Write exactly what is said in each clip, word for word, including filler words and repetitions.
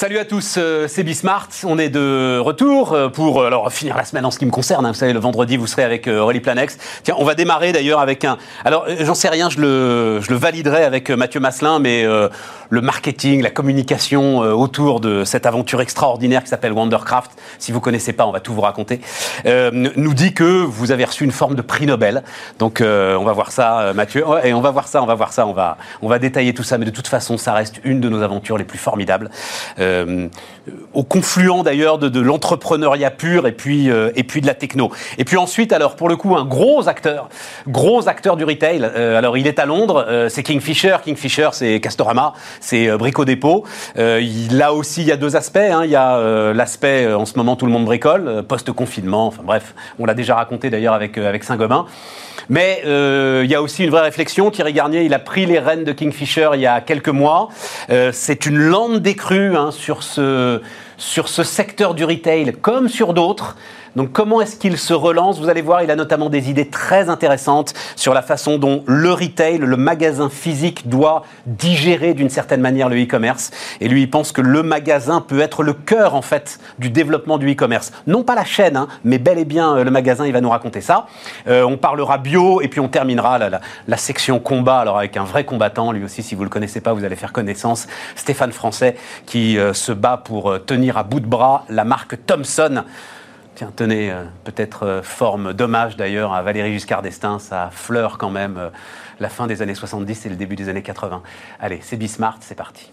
Salut à tous, euh, c'est Bismart. On est de retour pour alors finir la semaine en ce qui me concerne. Hein, vous savez, le vendredi, vous serez avec euh, Aurélie-Planex. Tiens, on va démarrer d'ailleurs avec un. Alors, euh, j'en sais rien, je le, je le validerai avec euh, Mathieu Masselin, mais euh, le marketing, la communication euh, autour de cette aventure extraordinaire qui s'appelle Wondercraft, si vous connaissez pas, on va tout vous raconter, euh, nous dit que vous avez reçu une forme de prix Nobel. Donc, euh, on va voir ça, euh, Mathieu. Ouais, et on va voir ça, on va voir ça, on va, on va détailler tout ça. Mais de toute façon, ça reste une de nos aventures les plus formidables. Euh, au confluent d'ailleurs de, de l'entrepreneuriat pur et puis, euh, et puis de la techno. Et puis ensuite, alors pour le coup, un gros acteur, gros acteur du retail. Euh, alors il est à Londres, euh, c'est Kingfisher. Kingfisher, c'est Castorama, c'est euh, Brico Dépôt. Euh, il, là aussi, il y a deux aspects. Hein. Il y a euh, l'aspect, euh, en ce moment, tout le monde bricole, euh, post-confinement. Enfin bref, on l'a déjà raconté d'ailleurs avec, euh, avec Saint-Gobain. Mais euh, il y a aussi une vraie réflexion. Thierry Garnier, il a pris les rênes de Kingfisher il y a quelques mois. Euh, c'est une lente décrue hein, sur ce, sur ce secteur du retail, comme sur d'autres. Donc comment est-ce qu'il se relance ? Vous allez voir, il a notamment des idées très intéressantes sur la façon dont le retail, le magasin physique doit digérer d'une certaine manière le e-commerce. Et lui, il pense que le magasin peut être le cœur en fait du développement du e-commerce. Non pas la chaîne, hein, mais bel et bien euh, le magasin, il va nous raconter ça. Euh, on parlera bio et puis on terminera la, la, la section combat, alors avec un vrai combattant, lui aussi si vous ne le connaissez pas, vous allez faire connaissance, Stéphane Français, qui euh, se bat pour euh, tenir à bout de bras la marque Thomson. Tiens, tenez, euh, peut-être euh, forme d'hommage d'ailleurs à Valéry Giscard d'Estaing, ça fleure quand même euh, la fin des années soixante-dix et le début des années quatre-vingts. Allez, c'est Bismart, c'est parti.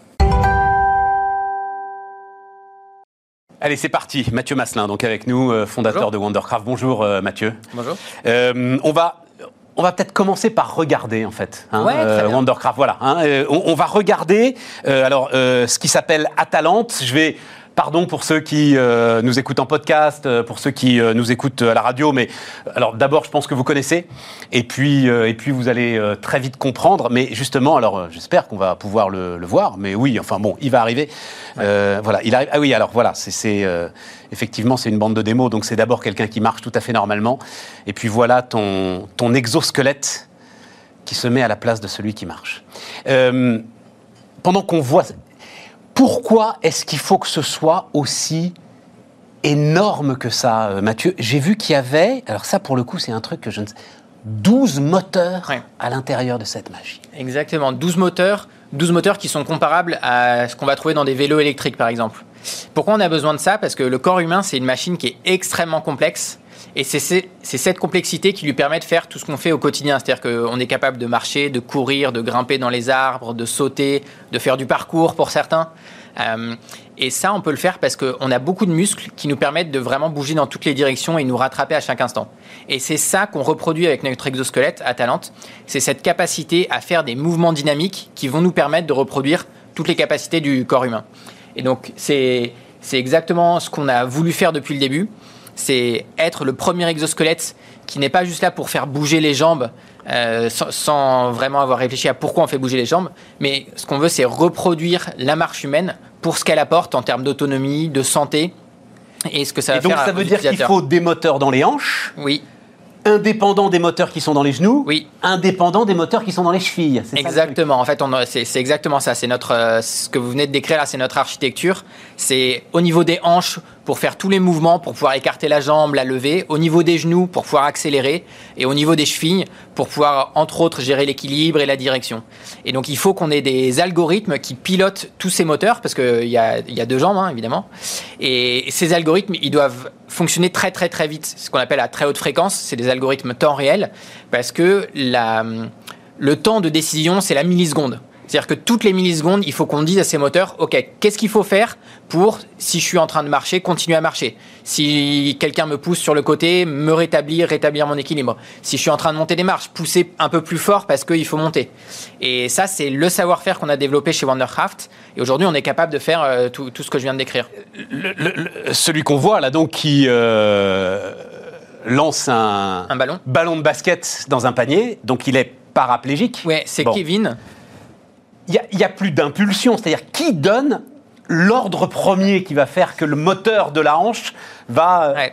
Allez, c'est parti. Mathieu Masselin, donc avec nous, euh, fondateur Bonjour. de Wondercraft. Bonjour euh, Mathieu. Bonjour. Euh, on va... On va peut-être commencer par regarder en fait hein, ouais, euh, Wondercraft. Voilà. Hein, euh, on, on va regarder euh, alors euh, ce qui s'appelle Atalante. Je vais Pardon pour ceux qui euh, nous écoutent en podcast, euh, pour ceux qui euh, nous écoutent à la radio, mais alors d'abord je pense que vous connaissez, et puis euh, et puis vous allez euh, très vite comprendre. Mais justement, alors euh, j'espère qu'on va pouvoir le, le voir. Mais oui, enfin bon, il va arriver. Ouais. Euh, voilà, il arrive. Ah oui, alors voilà, c'est, c'est euh, effectivement c'est une bande de démos, donc c'est d'abord quelqu'un qui marche tout à fait normalement, et puis voilà ton ton exosquelette qui se met à la place de celui qui marche. Euh, pendant qu'on voit Pourquoi est-ce qu'il faut que ce soit aussi énorme que ça, Mathieu ? J'ai vu qu'il y avait, alors ça pour le coup c'est un truc que je ne sais, douze moteurs ouais. à l'intérieur de cette machine. Exactement, douze moteurs, douze moteurs qui sont comparables à ce qu'on va trouver dans des vélos électriques par exemple. Pourquoi on a besoin de ça ? Parce que le corps humain c'est une machine qui est extrêmement complexe. Et c'est, c'est, c'est cette complexité qui lui permet de faire tout ce qu'on fait au quotidien. C'est-à-dire qu'on est capable de marcher, de courir, de grimper dans les arbres, de sauter, de faire du parcours pour certains. Euh, et ça, on peut le faire parce qu'on a beaucoup de muscles qui nous permettent de vraiment bouger dans toutes les directions et nous rattraper à chaque instant. Et c'est ça qu'on reproduit avec notre exosquelette Atalante. C'est cette capacité à faire des mouvements dynamiques qui vont nous permettre de reproduire toutes les capacités du corps humain. Et donc, c'est, c'est exactement ce qu'on a voulu faire depuis le début. C'est être le premier exosquelette qui n'est pas juste là pour faire bouger les jambes euh, sans, sans vraiment avoir réfléchi à pourquoi on fait bouger les jambes, mais ce qu'on veut, c'est reproduire la marche humaine pour ce qu'elle apporte en termes d'autonomie, de santé et ce que ça va et donc, faire. Donc ça veut dire qu'il faut des moteurs dans les hanches. Oui. Indépendant des moteurs qui sont dans les genoux, oui. Indépendant des moteurs qui sont dans les chevilles. C'est exactement. Ça, en fait, on a, c'est, c'est exactement ça. C'est notre, euh, ce que vous venez de décrire là, c'est notre architecture. C'est au niveau des hanches pour faire tous les mouvements, pour pouvoir écarter la jambe, la lever. Au niveau des genoux pour pouvoir accélérer, et au niveau des chevilles pour pouvoir, entre autres, gérer l'équilibre et la direction. Et donc, il faut qu'on ait des algorithmes qui pilotent tous ces moteurs, parce qu'il y a, y a deux jambes, hein, évidemment. Et ces algorithmes, ils doivent fonctionner très, très, très vite. C'est ce qu'on appelle à très haute fréquence. C'est des algorithmes temps réel, parce que la, le temps de décision, c'est la milliseconde. C'est-à-dire que toutes les millisecondes, il faut qu'on dise à ces moteurs, OK, qu'est-ce qu'il faut faire pour, si je suis en train de marcher, continuer à marcher ? Si quelqu'un me pousse sur le côté, me rétablir, rétablir mon équilibre. Si je suis en train de monter des marches, pousser un peu plus fort parce qu'il faut monter. Et ça, c'est le savoir-faire qu'on a développé chez Wondercraft. Et aujourd'hui, on est capable de faire euh, tout, tout ce que je viens de décrire. Le, le, le, celui qu'on voit là, donc, qui euh, lance un, un ballon. ballon de basket dans un panier, donc il est paraplégique. Ouais, c'est bon. Kevin. Il n'y a, a plus d'impulsion, c'est-à-dire qui donne l'ordre premier qui va faire que le moteur de la hanche va... Ouais.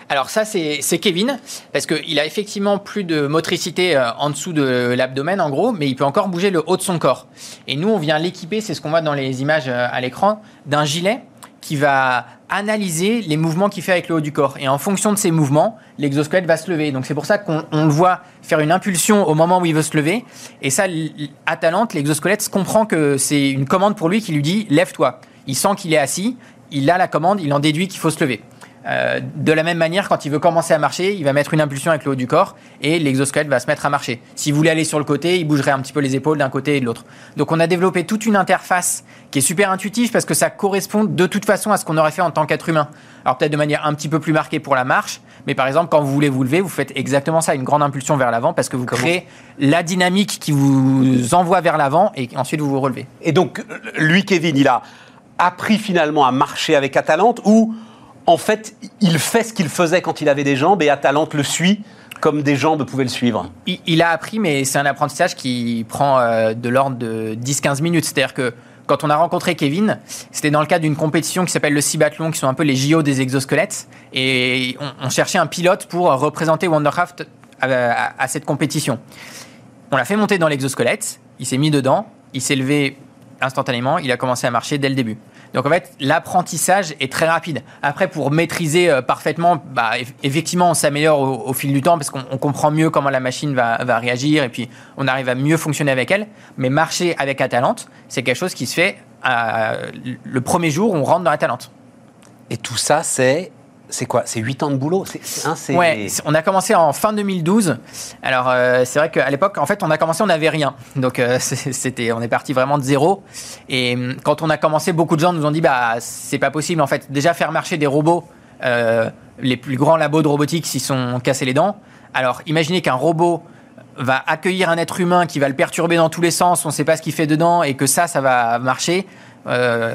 Alors ça, c'est, c'est Kevin, parce qu'il a effectivement plus de motricité euh, en dessous de l'abdomen, en gros, mais il peut encore bouger le haut de son corps. Et nous, on vient l'équiper, c'est ce qu'on voit dans les images euh, à l'écran, d'un gilet qui va analyser les mouvements qu'il fait avec le haut du corps. Et en fonction de ces mouvements, l'exosquelette va se lever. Donc c'est pour ça qu'on on le voit faire une impulsion au moment où il veut se lever. Et ça, à Atalante, l'exosquelette comprend que c'est une commande pour lui qui lui dit « lève-toi ». Il sent qu'il est assis, il a la commande, il en déduit qu'il faut se lever. Euh, de la même manière, quand il veut commencer à marcher, il va mettre une impulsion avec le haut du corps et l'exosquelette va se mettre à marcher. S'il voulait aller sur le côté, il bougerait un petit peu les épaules d'un côté et de l'autre. Donc on a développé toute une interface qui est super intuitive parce que ça correspond de toute façon à ce qu'on aurait fait en tant qu'être humain. Alors peut-être de manière un petit peu plus marquée pour la marche, mais par exemple quand vous voulez vous lever, vous faites exactement ça, une grande impulsion vers l'avant parce que vous Comment créez la dynamique qui vous envoie vers l'avant et ensuite vous vous relevez. Et donc lui, Kevin, il a appris finalement à marcher avec Atalante ou en fait, il fait ce qu'il faisait quand il avait des jambes et Atalante le suit comme des jambes pouvaient le suivre. Il, il a appris, mais c'est un apprentissage qui prend euh, de l'ordre de dix à quinze minutes. C'est-à-dire que quand on a rencontré Kevin, c'était dans le cadre d'une compétition qui s'appelle le Cibathlon, qui sont un peu les J O des exosquelettes. Et on, on cherchait un pilote pour représenter Wondercraft à, à, à cette compétition. On l'a fait monter dans l'exosquelette, il s'est mis dedans, il s'est levé instantanément, il a commencé à marcher dès le début. Donc en fait, l'apprentissage est très rapide. Après, pour maîtriser euh, parfaitement, bah, effectivement, on s'améliore au, au fil du temps parce qu'on on comprend mieux comment la machine va, va réagir et puis on arrive à mieux fonctionner avec elle. Mais marcher avec Atalante, c'est quelque chose qui se fait euh, le premier jour où on rentre dans Atalante. Et tout ça, c'est... C'est quoi ? C'est huit ans de boulot ? c'est, hein, c'est... Ouais, on a commencé en fin deux mille douze. Alors, euh, c'est vrai qu'à l'époque, en fait, on a commencé, on n'avait rien. Donc, euh, c'était, on est parti vraiment de zéro. Et quand on a commencé, beaucoup de gens nous ont dit, bah, c'est pas possible, en fait. Déjà, faire marcher des robots, euh, les plus grands labos de robotique s'y sont cassés les dents. Alors, imaginez qu'un robot va accueillir un être humain qui va le perturber dans tous les sens, on ne sait pas ce qu'il fait dedans, et que ça, ça va marcher. Euh,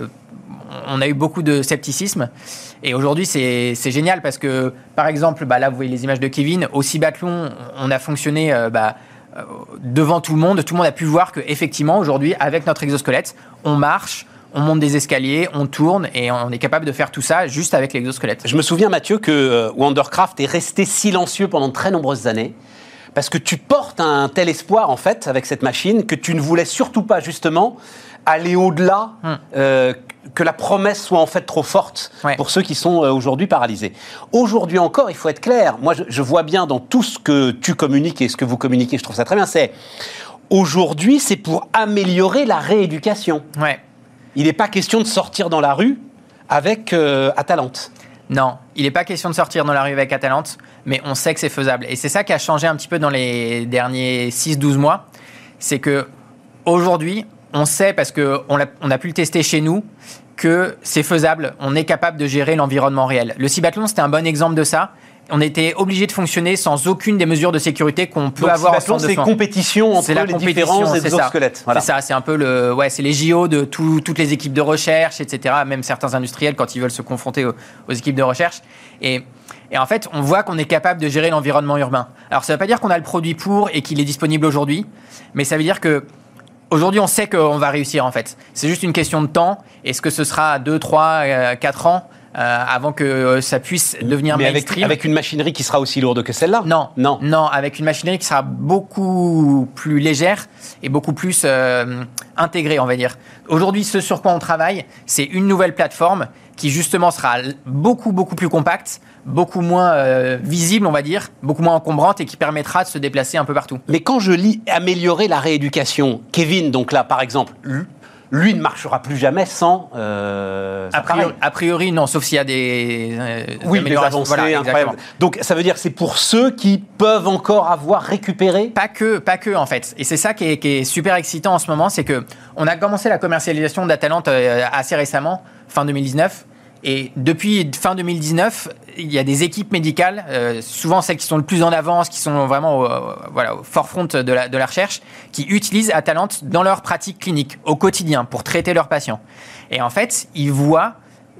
on a eu beaucoup de scepticisme. Et aujourd'hui, c'est, c'est génial parce que, par exemple, bah là, vous voyez les images de Kevin. Au Cibathlon, on a fonctionné euh, bah, euh, devant tout le monde. Tout le monde a pu voir qu'effectivement, aujourd'hui, avec notre exosquelette, on marche, on monte des escaliers, on tourne et on est capable de faire tout ça juste avec l'exosquelette. Je me souviens, Mathieu, que euh, Wondercraft est resté silencieux pendant de très nombreuses années parce que tu portes un tel espoir, en fait, avec cette machine, que tu ne voulais surtout pas, justement, aller au-delà, hum. euh, que la promesse soit en fait trop forte ouais. pour ceux qui sont euh, aujourd'hui paralysés. Aujourd'hui encore, il faut être clair. Moi, je, je vois bien dans tout ce que tu communiques et ce que vous communiquez, je trouve ça très bien, c'est aujourd'hui, c'est pour améliorer la rééducation. Ouais. Il n'est pas question de sortir dans la rue avec euh, Atalante. Non, il n'est pas question de sortir dans la rue avec Atalante, mais on sait que c'est faisable. Et c'est ça qui a changé un petit peu dans les derniers six à douze mois. C'est qu'aujourd'hui, on sait, parce qu'on a, on a pu le tester chez nous, que c'est faisable. On est capable de gérer l'environnement réel. Le Cibathlon, c'était un bon exemple de ça. On était obligé de fonctionner sans aucune des mesures de sécurité qu'on peut Donc, avoir en centre centre de soins. C'est compétition entre les différents exosquelettes. Voilà. C'est ça, c'est un peu le, ouais, c'est les J O de tout, toutes les équipes de recherche, et cetera. Même certains industriels quand ils veulent se confronter aux, aux équipes de recherche. Et, et en fait, on voit qu'on est capable de gérer l'environnement urbain. Alors, ça ne veut pas dire qu'on a le produit pour et qu'il est disponible aujourd'hui, mais ça veut dire que aujourd'hui, on sait qu'on va réussir, en fait. C'est juste une question de temps. Est-ce que ce sera deux, trois, quatre ans euh, avant que ça puisse devenir Mais mainstream. avec, avec une machinerie qui sera aussi lourde que celle-là ? Non, non, non, avec une machinerie qui sera beaucoup plus légère et beaucoup plus euh, intégrée, on va dire. Aujourd'hui, ce sur quoi on travaille, c'est une nouvelle plateforme qui justement sera beaucoup, beaucoup plus compacte, beaucoup moins euh, visible, on va dire, beaucoup moins encombrante et qui permettra de se déplacer un peu partout. Mais quand je lis améliorer la rééducation, Kevin, donc là, par exemple, lui ne marchera plus jamais sans euh, a, priori, a priori, non, sauf s'il y a des, euh, oui, des avancées voilà, incroyables. Donc, ça veut dire que c'est pour ceux qui peuvent encore avoir récupéré ? Pas que, pas que, en fait. Et c'est ça qui est, qui est super excitant en ce moment, c'est qu'on a commencé la commercialisation d'Atalante euh, assez récemment, fin deux mille dix-neuf. Et depuis fin deux mille dix-neuf, il y a des équipes médicales, euh, souvent celles qui sont le plus en avance, qui sont vraiment au, euh, voilà, au forefront de la, de la recherche, qui utilisent Atalante dans leur pratique clinique, au quotidien, pour traiter leurs patients. Et en fait, ils voient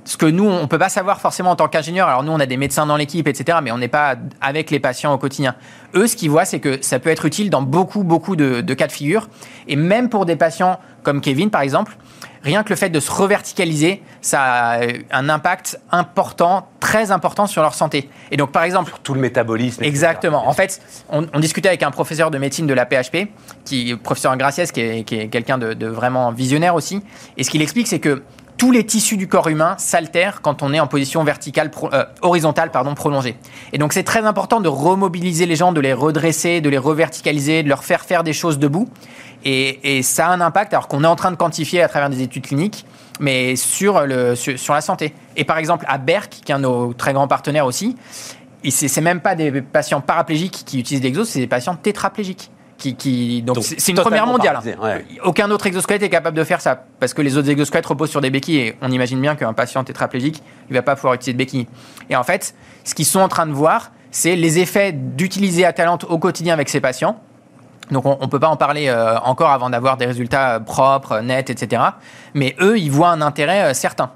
ce que nous, on ne peut pas savoir forcément en tant qu'ingénieur. Alors nous, on a des médecins dans l'équipe, et cetera, mais on n'est pas avec les patients au quotidien. Eux, ce qu'ils voient, c'est que ça peut être utile dans beaucoup, beaucoup de, de cas de figure. Et même pour des patients comme Kevin, par exemple, rien que le fait de se reverticaliser, ça a un impact important, très important sur leur santé. Et donc, par exemple... Sur tout le métabolisme. Exactement. Et cetera. En fait, on, on discutait avec un professeur de médecine de la P H P, qui, professeur Graciès, qui est, qui est quelqu'un de, de vraiment visionnaire aussi. Et ce qu'il explique, c'est que tous les tissus du corps humain s'altèrent quand on est en position verticale, pro, euh, horizontale pardon, prolongée. Et donc, c'est très important de remobiliser les gens, de les redresser, de les reverticaliser, de leur faire faire des choses debout. Et, et ça a un impact, alors qu'on est en train de quantifier à travers des études cliniques, mais sur, le, sur, sur la santé. Et par exemple, à Berck, qui est un de nos très grands partenaires aussi, ce n'est même pas des patients paraplégiques qui utilisent l'exo, c'est des patients tétraplégiques. Qui, qui, donc, donc c'est, c'est une première mondiale. Ouais. Aucun autre exosquelette est capable de faire ça, parce que les autres exosquelettes reposent sur des béquilles, et on imagine bien qu'un patient tétraplégique, il ne va pas pouvoir utiliser de béquilles. Et en fait, ce qu'ils sont en train de voir, c'est les effets d'utiliser Atalante au quotidien avec ces patients. Donc on ne peut pas en parler euh, encore avant d'avoir des résultats propres, nets, et cetera. Mais eux, ils voient un intérêt euh, certain.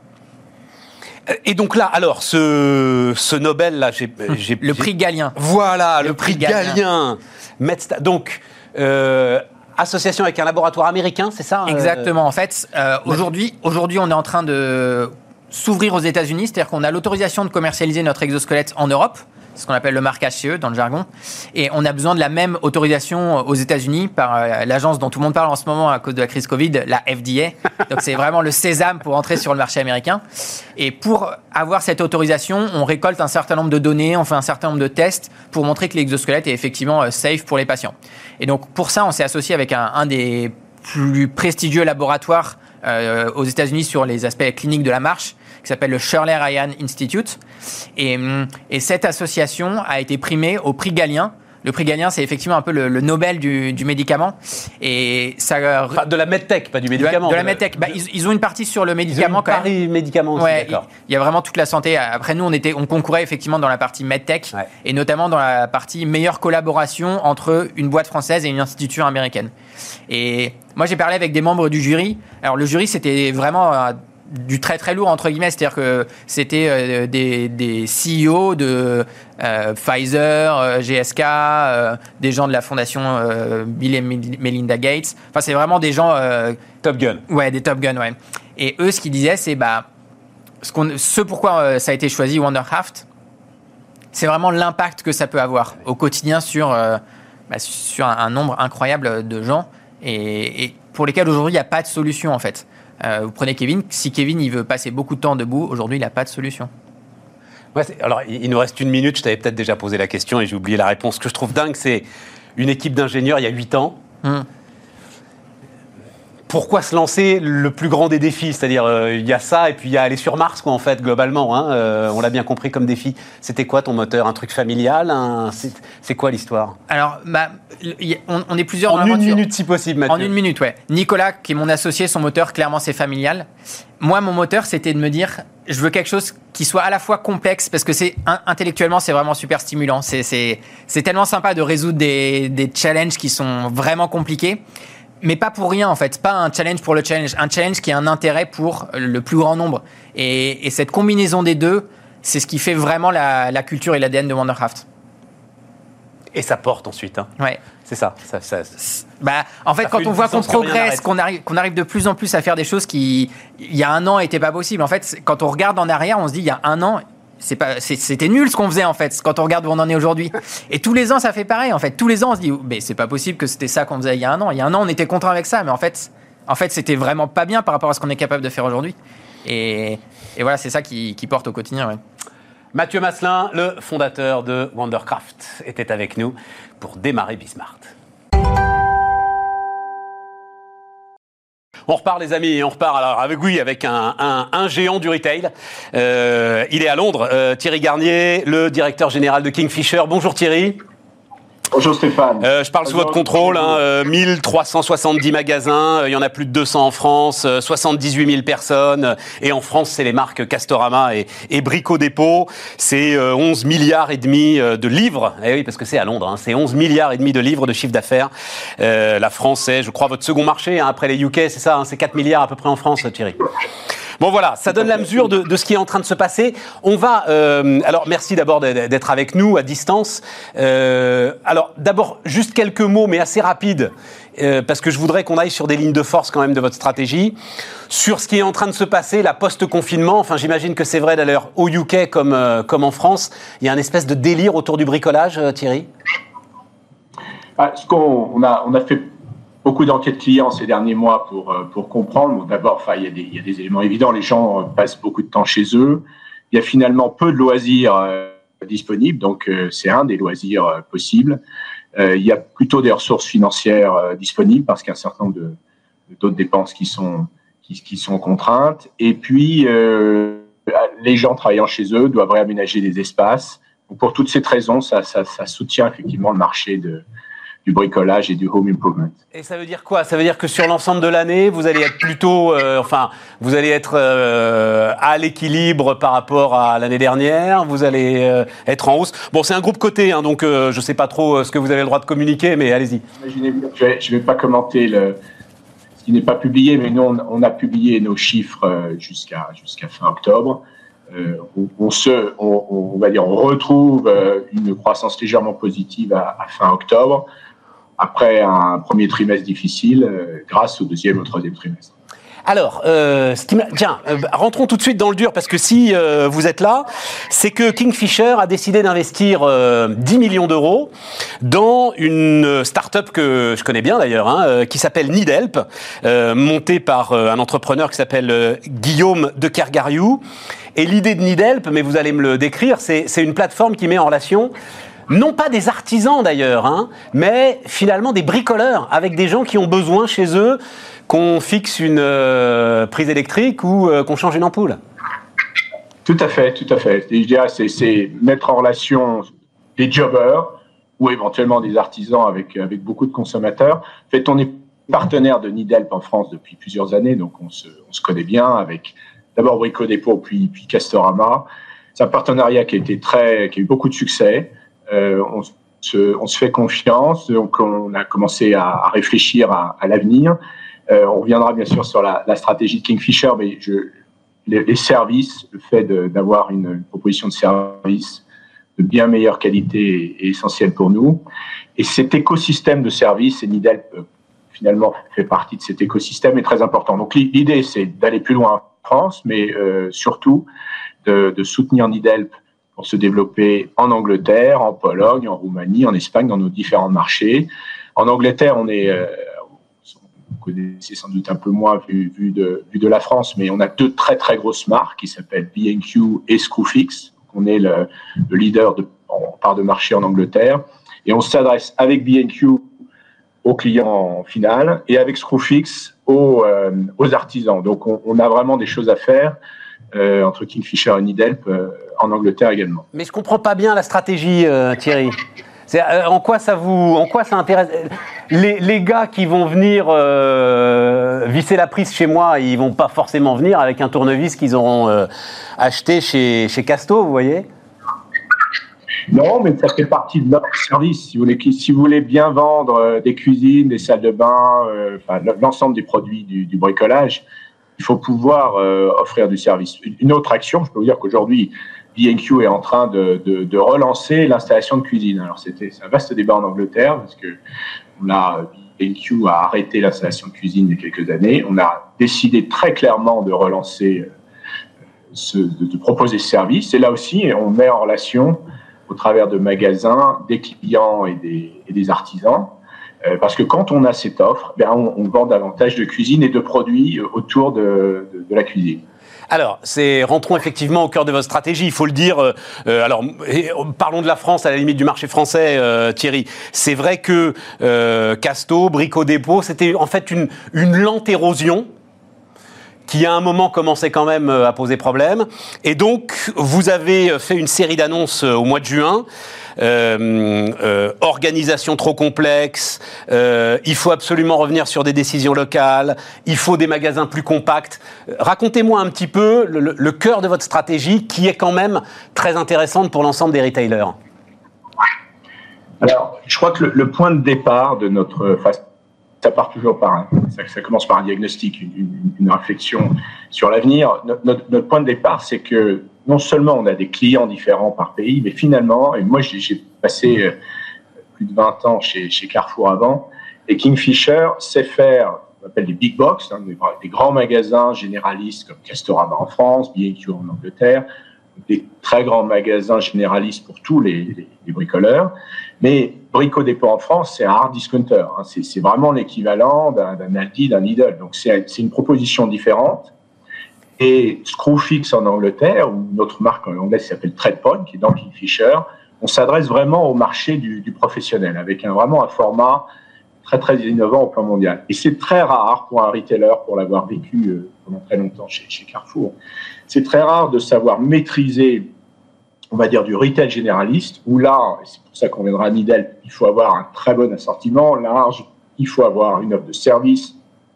Et donc là, alors, ce, ce Nobel-là, j'ai, j'ai... Le prix Galien. Voilà, le, le prix, prix Galien. Galien. Donc, euh, association avec un laboratoire américain, c'est ça? Exactement. En fait, euh, aujourd'hui, aujourd'hui, on est en train de s'ouvrir aux États-Unis. C'est-à-dire qu'on a l'autorisation de commercialiser notre exosquelette en Europe. C'est ce qu'on appelle le marquage C E dans le jargon. Et on a besoin de la même autorisation aux États-Unis par euh, l'agence dont tout le monde parle en ce moment à cause de la crise Covid, la F D A. Donc c'est vraiment le sésame pour entrer sur le marché américain. Et pour avoir cette autorisation, on récolte un certain nombre de données, on fait un certain nombre de tests pour montrer que l'exosquelette est effectivement euh, safe pour les patients. Et donc pour ça, on s'est associé avec un, un des plus prestigieux laboratoires euh, aux États-Unis sur les aspects cliniques de la marche, qui s'appelle le Shirley Ryan Institute. Et, et cette association a été primée au prix Galien. Le prix Galien, c'est effectivement un peu le, le Nobel du, du médicament. Et ça, enfin, de la medtech, pas du médicament. De la, de la medtech. Bah, ils, ils ont une partie sur le médicament quand même. Ils ont une partie médicament aussi, ouais, d'accord. Il y a vraiment toute la santé. Après, nous, on, était, on concourait effectivement dans la partie medtech, ouais. Et notamment dans la partie meilleure collaboration entre une boîte française et une institution américaine. Et moi, j'ai parlé avec des membres du jury. Alors, le jury, c'était vraiment... Euh, du très très lourd entre guillemets, c'est-à-dire que c'était euh, des, des C E O de euh, Pfizer, euh, G S K, euh, des gens de la fondation euh, Bill et Melinda Gates. Enfin, c'est vraiment des gens euh, Top Gun. Ouais, des Top Gun, ouais. Et eux, ce qu'ils disaient, c'est bah ce, qu'on, ce pourquoi euh, ça a été choisi Wondercraft, c'est vraiment l'impact que ça peut avoir au quotidien sur euh, bah, sur un, un nombre incroyable de gens et, et pour lesquels aujourd'hui il n'y a pas de solution en fait. Euh, vous prenez Kevin, si Kevin il veut passer beaucoup de temps debout, aujourd'hui il n'a pas de solution. Ouais, alors il nous reste une minute, je t'avais peut-être déjà posé la question et j'ai oublié la réponse. Ce que je trouve dingue, c'est une équipe d'ingénieurs il y a huit ans. Hum. Pourquoi se lancer le plus grand des défis? C'est-à-dire, euh, il y a ça et puis il y a aller sur Mars, quoi, en fait, globalement. Hein, euh, on l'a bien compris comme défi. C'était quoi ton moteur? Un truc familial un... c'est, c'est quoi l'histoire? Alors, bah, y a, on, on est plusieurs en dans l'aventure. En une minute, si possible, Mathieu. En une minute, ouais. Nicolas, qui est mon associé, son moteur, clairement, c'est familial. Moi, mon moteur, c'était de me dire, je veux quelque chose qui soit à la fois complexe, parce que c'est intellectuellement, c'est vraiment super stimulant. C'est, c'est, c'est tellement sympa de résoudre des, des challenges qui sont vraiment compliqués. Mais pas pour rien en fait, pas un challenge pour le challenge, un challenge qui a un intérêt pour le plus grand nombre. Et, et cette combinaison des deux, c'est ce qui fait vraiment la, la culture et l'A D N de Wondercraft. Et ça porte ensuite. Hein. Ouais. C'est ça. ça, ça bah, en fait, quand on voit qu'on progresse, qu'on arrive, qu'on arrive de plus en plus à faire des choses qui, il y a un an, n'étaient pas possibles. En fait, quand on regarde en arrière, on se dit, il y a un an, c'est pas, c'est, c'était nul ce qu'on faisait en fait, quand on regarde où on en est aujourd'hui. Et tous les ans, ça fait pareil en fait. Tous les ans, on se dit, mais c'est pas possible que c'était ça qu'on faisait il y a un an. Il y a un an, on était content avec ça, mais en fait, en fait, c'était vraiment pas bien par rapport à ce qu'on est capable de faire aujourd'hui. Et, et voilà, c'est ça qui, qui porte au quotidien. Ouais. Mathieu Masselin, le fondateur de Wondercraft, était avec nous pour démarrer Bismart. On repart les amis, on repart alors avec oui avec un, un, un géant du retail. Euh, il est à Londres, euh, Thierry Garnier, le directeur général de Kingfisher. Bonjour Thierry. Bonjour Stéphane. Euh, je parle Bonjour. sous votre contrôle, hein, euh, mille trois cent soixante-dix magasins, euh, il y en a plus de deux cents en France, euh, soixante-dix-huit mille personnes, euh, et en France c'est les marques Castorama et, et Brico Dépôt, c'est euh, onze milliards et demi euh, de livres, eh oui parce que c'est à Londres, hein, c'est onze milliards et demi de livres de chiffre d'affaires. Euh, la France est, je crois, votre second marché hein, après les U K, c'est ça, hein, c'est quatre milliards à peu près en France, Thierry. Bon voilà, ça donne la mesure de, de ce qui est en train de se passer. On va... Euh, alors merci d'abord d'être avec nous à distance. Euh, alors d'abord, juste quelques mots, mais assez rapides, euh, parce que je voudrais qu'on aille sur des lignes de force quand même de votre stratégie. Sur ce qui est en train de se passer, la post-confinement, enfin j'imagine que c'est vrai d'ailleurs au U K comme, euh, comme en France, il y a une espèce de délire autour du bricolage, euh, Thierry ? Ah, ce qu'on on a, on a fait beaucoup d'enquêtes clients ces derniers mois pour, pour comprendre. Bon, d'abord, enfin, il y a des, il y a des éléments évidents. Les gens passent beaucoup de temps chez eux. Il y a finalement peu de loisirs euh, disponibles, donc euh, c'est un des loisirs euh, possibles. Euh, il y a plutôt des ressources financières euh, disponibles parce qu'il y a un certain nombre de, d'autres dépenses qui sont, qui, qui sont contraintes. Et puis, euh, les gens travaillant chez eux doivent réaménager des espaces. Donc, pour toutes ces raisons, ça, ça, ça soutient effectivement le marché de du bricolage et du home improvement. Et ça veut dire quoi ? Ça veut dire que sur l'ensemble de l'année, vous allez être plutôt, euh, enfin, vous allez être euh, à l'équilibre par rapport à l'année dernière. Vous allez euh, être en hausse. Bon, c'est un groupe coté, hein, donc euh, je ne sais pas trop ce que vous avez le droit de communiquer, mais allez-y. Imaginez, je ne vais, je vais pas commenter le, ce qui n'est pas publié, mais nous, on, on a publié nos chiffres jusqu'à jusqu'à fin octobre. Euh, on, on se, on, on va dire, on retrouve une croissance légèrement positive à, à fin octobre, après un premier trimestre difficile, euh, grâce au deuxième ou troisième trimestre. Alors, euh, ce qui m'a... tiens, euh, rentrons tout de suite dans le dur, parce que si euh, vous êtes là, c'est que Kingfisher a décidé d'investir euh, dix millions d'euros dans une start-up que je connais bien d'ailleurs, hein, euh, qui s'appelle Needhelp, euh, montée par euh, un entrepreneur qui s'appelle euh, Guillaume de Kergariou. Et l'idée de Needhelp, mais vous allez me le décrire, c'est, c'est une plateforme qui met en relation non pas des artisans d'ailleurs, hein, mais finalement des bricoleurs, avec des gens qui ont besoin chez eux qu'on fixe une euh, prise électrique ou euh, qu'on change une ampoule. Tout à fait, tout à fait. Je dirais c'est, c'est mettre en relation des jobbers ou éventuellement des artisans avec, avec beaucoup de consommateurs. En fait, on est partenaire de Needhelp en France depuis plusieurs années, donc on se, on se connaît bien avec d'abord Brico Dépôt, puis, puis Castorama. C'est un partenariat qui a été très, qui a eu beaucoup de succès. Euh, on, se, on se fait confiance, donc on a commencé à, à réfléchir à, à l'avenir. Euh, on reviendra bien sûr sur la, la stratégie de Kingfisher, mais je, les, les services, le fait de, d'avoir une, une proposition de service de bien meilleure qualité est, est essentiel pour nous. Et cet écosystème de services, et Needhelp finalement fait partie de cet écosystème, est très important. Donc l'idée, c'est d'aller plus loin en France, mais euh, surtout de, de soutenir Needhelp pour se développer en Angleterre, en Pologne, en Roumanie, en Espagne, dans nos différents marchés. En Angleterre, on est, euh, vous connaissez sans doute un peu moins vu, vu, de, vu de la France, mais on a deux très très grosses marques qui s'appellent B and Q et Screwfix. On est le, le leader de, en part de marché en Angleterre et on s'adresse avec B and Q aux clients final et avec Screwfix aux, euh, aux artisans. Donc on, on a vraiment des choses à faire euh, entre Kingfisher et Needhelp euh, en Angleterre également. Mais je comprends pas bien la stratégie, euh, Thierry. C'est, euh, en quoi ça vous, en quoi ça intéresse les, les gars qui vont venir euh, visser la prise chez moi, ils vont pas forcément venir avec un tournevis qu'ils auront euh, acheté chez chez Casto, vous voyez? Non, mais ça fait partie de notre service. Si vous voulez, si vous voulez bien vendre euh, des cuisines, des salles de bain, euh, enfin l'ensemble des produits du, du bricolage, il faut pouvoir euh, offrir du service. Une autre action, je peux vous dire qu'aujourd'hui, B and Q est en train de, de, de relancer l'installation de cuisine. Alors c'était c'est un vaste débat en Angleterre parce que on a B and Q a arrêté l'installation de cuisine il y a quelques années. On a décidé très clairement de relancer, euh, ce, de, de proposer ce service. Et là aussi, on met en relation au travers de magasins, des clients et des, et des artisans. Euh, parce que quand on a cette offre, ben on, on vend davantage de cuisine et de produits autour de, de, de la cuisine. Alors, c'est, rentrons effectivement au cœur de votre stratégie, il faut le dire. Euh, alors, et, parlons de la France, à la limite du marché français, euh, Thierry. C'est vrai que euh, Casto, Brico Dépôt, c'était en fait une, une lente érosion qui à un moment commençait quand même à poser problème. Et donc, vous avez fait une série d'annonces au mois de juin. Euh, euh, organisation trop complexe, euh, il faut absolument revenir sur des décisions locales, il faut des magasins plus compacts. Racontez-moi un petit peu le, le, le cœur de votre stratégie qui est quand même très intéressante pour l'ensemble des retailers. Alors, je crois que le, le point de départ de notre... Enfin, ça part toujours par un, ça, ça commence par un diagnostic, une, une, une réflexion sur l'avenir. Notre, notre, notre point de départ, c'est que non seulement on a des clients différents par pays, mais finalement, et moi j'ai, j'ai passé plus de vingt ans chez, chez Carrefour avant, et Kingfisher sait faire, on appelle des big box, hein, des, des grands magasins généralistes comme Castorama en France, B and Q en Angleterre, des très grands magasins généralistes pour tous les, les, les bricoleurs. Mais Brico Dépôt en France, c'est un hard discounter. Hein. C'est, c'est vraiment l'équivalent d'un, d'un Aldi, d'un Lidl. Donc c'est, c'est une proposition différente. Et Screwfix en Angleterre, ou une autre marque en anglais qui s'appelle TradePoint, qui est dans Kingfisher, on s'adresse vraiment au marché du, du professionnel, avec un, vraiment un format très très innovant au plan mondial. Et c'est très rare pour un retailer, pour l'avoir vécu euh, pendant très longtemps chez, chez Carrefour, c'est très rare de savoir maîtriser, on va dire, du retail généraliste, où là, et c'est pour ça qu'on viendra à Lidl, il faut avoir un très bon assortiment large, il faut avoir une offre de service,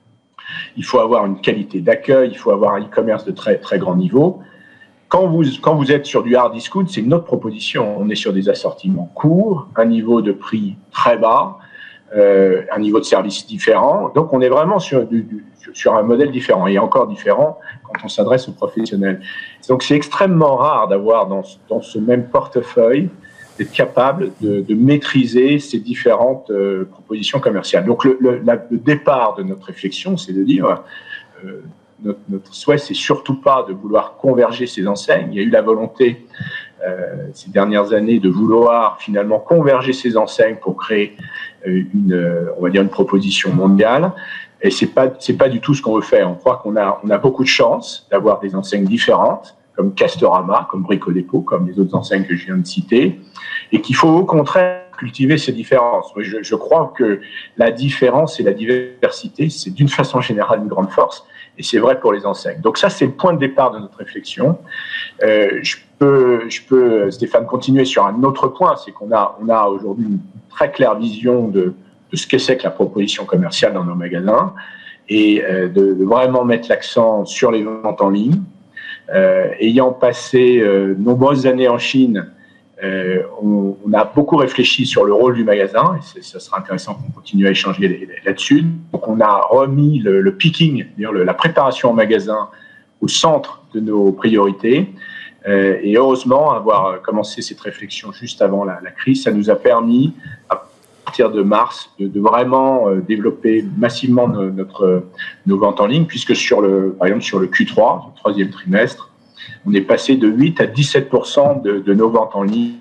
il faut avoir une qualité d'accueil, il faut avoir un e-commerce de très très grand niveau. Quand vous, quand vous êtes sur du hard discount, c'est une autre proposition. On est sur des assortiments courts, un niveau de prix très bas, euh, un niveau de service différent. Donc, on est vraiment sur, du, du, sur un modèle différent et encore différent quand on s'adresse aux professionnels. Donc, c'est extrêmement rare d'avoir dans, dans ce même portefeuille d'être capable de, de maîtriser ces différentes euh, propositions commerciales. Donc, le, le, la, le départ de notre réflexion, c'est de dire... Euh, Notre, notre souhait, c'est surtout pas de vouloir converger ces enseignes. Il y a eu la volonté euh, ces dernières années de vouloir finalement converger ces enseignes pour créer euh, une, euh, on va dire une proposition mondiale. Et c'est pas, c'est pas du tout ce qu'on veut faire. On croit qu'on a, on a beaucoup de chance d'avoir des enseignes différentes, comme Castorama, comme Brico Dépôt, comme les autres enseignes que je viens de citer, et qu'il faut au contraire cultiver ces différences. Je, je crois que la différence et la diversité, c'est d'une façon générale une grande force. Et c'est vrai pour les enseignes. Donc ça, c'est le point de départ de notre réflexion. Euh, je peux, je peux, Stéphane, continuer sur un autre point, c'est qu'on a, on a aujourd'hui une très claire vision de, de ce que c'est que la proposition commerciale dans nos magasins et euh, de, de vraiment mettre l'accent sur les ventes en ligne. Euh, ayant passé euh, nombreuses années en Chine, Euh, on, on a beaucoup réfléchi sur le rôle du magasin, et ça sera intéressant qu'on continue à échanger là-dessus. Donc, on a remis le, le picking, c'est-à-dire le, la préparation en magasin, au centre de nos priorités. Euh, et heureusement, avoir commencé cette réflexion juste avant la, la crise, ça nous a permis, à partir de mars, de, de vraiment euh, développer massivement nos, notre, nos ventes en ligne, puisque sur le, par exemple sur le Q trois, le troisième trimestre, on est passé de huit à dix-sept pour cent de, de nos ventes en ligne.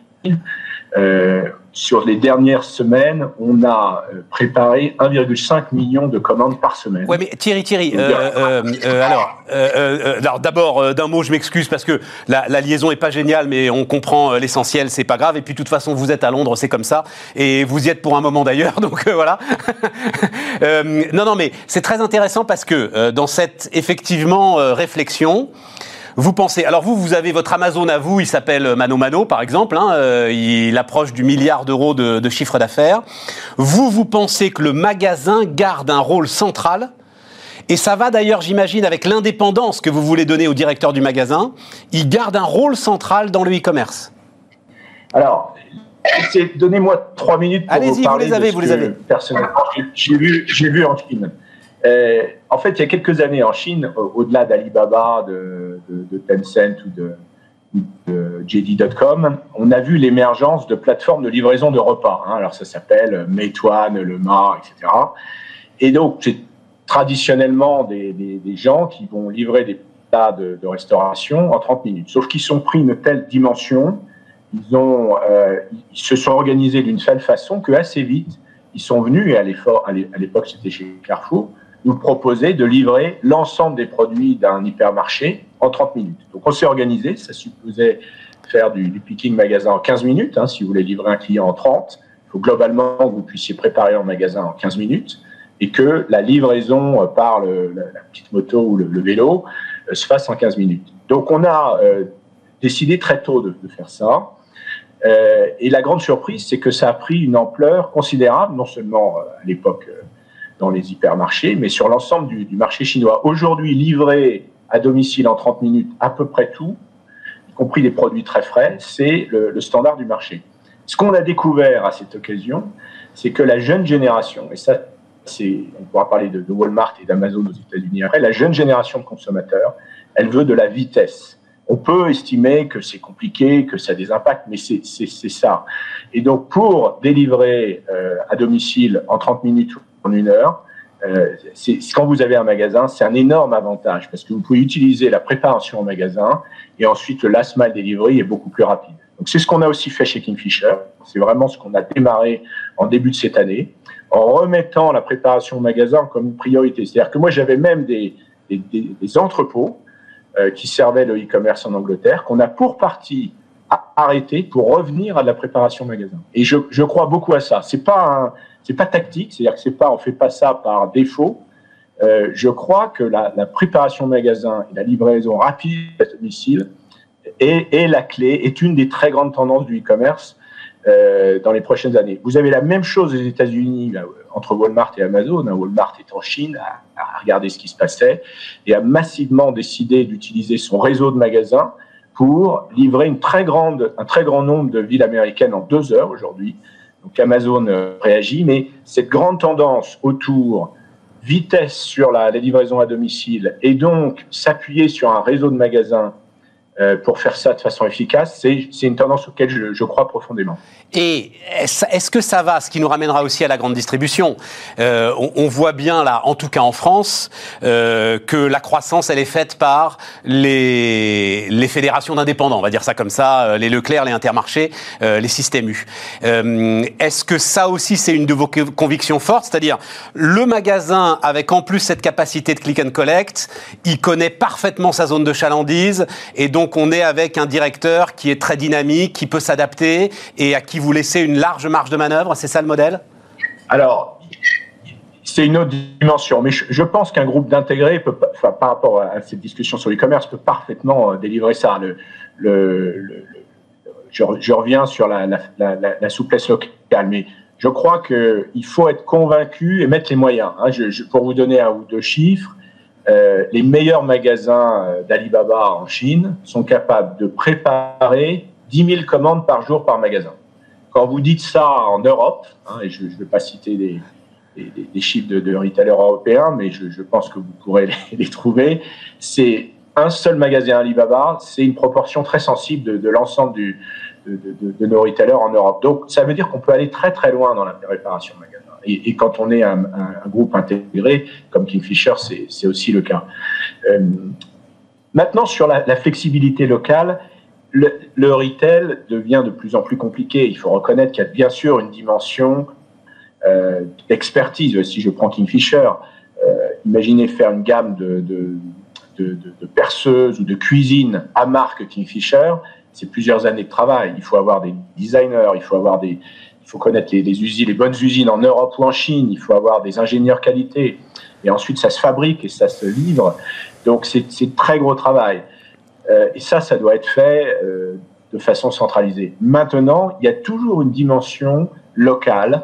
Euh, sur les dernières semaines, on a préparé un virgule cinq million de commandes par semaine. Ouais, mais Thierry, Thierry, euh, euh, euh, alors, euh, euh, alors d'abord, euh, d'un mot, je m'excuse parce que la, la liaison est pas géniale, mais on comprend l'essentiel, c'est pas grave. Et puis, de toute façon, vous êtes à Londres, c'est comme ça, et vous y êtes pour un moment d'ailleurs, donc euh, voilà. euh, non, non, mais c'est très intéressant parce que euh, dans cette effectivement euh, réflexion. Vous pensez, alors vous, vous avez votre Amazon à vous, il s'appelle Mano Mano par exemple, hein, euh, il approche du milliard d'euros de, de chiffre d'affaires. Vous, vous pensez que le magasin garde un rôle central, et ça va d'ailleurs, j'imagine, avec l'indépendance que vous voulez donner au directeur du magasin, il garde un rôle central dans le e-commerce. Alors, c'est, donnez-moi trois minutes pour Allez-y, vous parler vous les avez, de ce vous les que, avez. personnellement, j'ai, j'ai, vu, j'ai vu en Chine. Euh, en fait, il y a quelques années en Chine, au-delà d'Alibaba, de, de, de Tencent ou de, de J D point com, on a vu l'émergence de plateformes de livraison de repas. Hein. Alors, ça s'appelle Meituan, Lemar, et cetera. Et donc, c'est traditionnellement des, des, des gens qui vont livrer des plats de, de restauration en trente minutes. Sauf qu'ils sont pris une telle dimension, ils, ont, euh, ils se sont organisés d'une telle façon qu'assez vite, ils sont venus, et à l'époque, c'était chez Carrefour, nous proposer de livrer l'ensemble des produits d'un hypermarché en trente minutes. Donc, on s'est organisé. Ça supposait faire du, du picking magasin en quinze minutes. Hein, si vous voulez livrer un client en trente, il faut globalement que vous puissiez préparer un magasin en quinze minutes et que la livraison par le, la, la petite moto ou le, le vélo euh, se fasse en quinze minutes. Donc, on a euh, décidé très tôt de, de faire ça. Euh, et la grande surprise, c'est que ça a pris une ampleur considérable, non seulement euh, à l'époque euh, dans les hypermarchés, mais sur l'ensemble du, du marché chinois. Aujourd'hui, livrer à domicile en trente minutes à peu près tout, y compris des produits très frais, c'est le, le standard du marché. Ce qu'on a découvert à cette occasion, c'est que la jeune génération, et ça, c'est, on pourra parler de, de Walmart et d'Amazon aux États-Unis après, la jeune génération de consommateurs, elle veut de la vitesse. On peut estimer que c'est compliqué, que ça a des impacts, mais c'est, c'est, c'est ça. Et donc, pour délivrer euh, à domicile en trente minutes ou en une heure, euh, c'est, quand vous avez un magasin, c'est un énorme avantage parce que vous pouvez utiliser la préparation au magasin et ensuite le last mile delivery est beaucoup plus rapide. Donc, c'est ce qu'on a aussi fait chez Kingfisher. C'est vraiment ce qu'on a démarré en début de cette année en remettant la préparation au magasin comme une priorité. C'est-à-dire que moi, j'avais même des, des, des, des entrepôts euh, qui servaient le e-commerce en Angleterre qu'on a pour partie arrêté pour revenir à de la préparation au magasin. Et je, je crois beaucoup à ça. C'est pas un, c'est pas tactique, c'est-à-dire que c'est pas, on fait pas ça par défaut. Euh, je crois que la, la préparation au magasin et la livraison rapide à domicile est, est la clé, est une des très grandes tendances du e-commerce euh, dans les prochaines années. Vous avez la même chose aux États-Unis là, entre Walmart et Amazon. Walmart est en Chine à, à regarder ce qui se passait et a massivement décidé d'utiliser son réseau de magasins pour livrer une très grande, un très grand nombre de villes américaines en deux heures aujourd'hui. Donc Amazon euh, réagit, mais cette grande tendance autour vitesse sur la, la livraison à domicile et donc s'appuyer sur un réseau de magasins euh, pour faire ça de façon efficace, c'est, c'est une tendance auquel je, je crois profondément. Et est-ce, est-ce que ça va, ce qui nous ramènera aussi à la grande distribution, euh, on, on voit bien là, en tout cas en France, euh, que la croissance, elle est faite par les, les fédérations d'indépendants, on va dire ça comme ça, les Leclerc, les Intermarchés, euh, les Système U. Euh, est-ce que ça aussi, c'est une de vos convictions fortes, c'est-à-dire le magasin avec en plus cette capacité de click and collect, il connaît parfaitement sa zone de chalandise et donc on est avec un directeur qui est très dynamique, qui peut s'adapter et à qui vous laissez une large marge de manœuvre, c'est ça le modèle ? Alors, c'est une autre dimension, mais je, je pense qu'un groupe d'intégrés, peut, enfin, par rapport à cette discussion sur l'e-commerce, peut parfaitement délivrer ça. Le, le, le, je, je reviens sur la, la, la, la souplesse locale, mais je crois qu'il faut être convaincu et mettre les moyens. Hein. Je, je, pour vous donner un ou deux chiffres, euh, les meilleurs magasins d'Alibaba en Chine sont capables de préparer dix mille commandes par jour par magasin. Quand vous dites ça en Europe, hein, et je ne vais pas citer des, des, des chiffres de, de retailers européens, mais je, je pense que vous pourrez les, les trouver, c'est un seul magasin Alibaba, c'est une proportion très sensible de, de l'ensemble du, de, de, de nos retailers en Europe. Donc, ça veut dire qu'on peut aller très très loin dans la préparation magasin. Et, et quand on est un, un, un groupe intégré, comme Kingfisher, c'est, c'est aussi le cas. Euh, maintenant, sur la, la flexibilité locale, Le, le retail devient de plus en plus compliqué. Il faut reconnaître qu'il y a bien sûr une dimension euh, d'expertise. Si je prends Kingfisher, euh, imaginez faire une gamme de, de, de, de, de perceuses ou de cuisine à marque Kingfisher, c'est plusieurs années de travail. Il faut avoir des designers, il faut avoir des, il faut connaître les, les usines, les bonnes usines en Europe ou en Chine. Il faut avoir des ingénieurs qualité. Et ensuite, ça se fabrique et ça se livre. Donc, c'est, c'est très gros travail. Euh, et ça, ça doit être fait euh, de façon centralisée. Maintenant, il y a toujours une dimension locale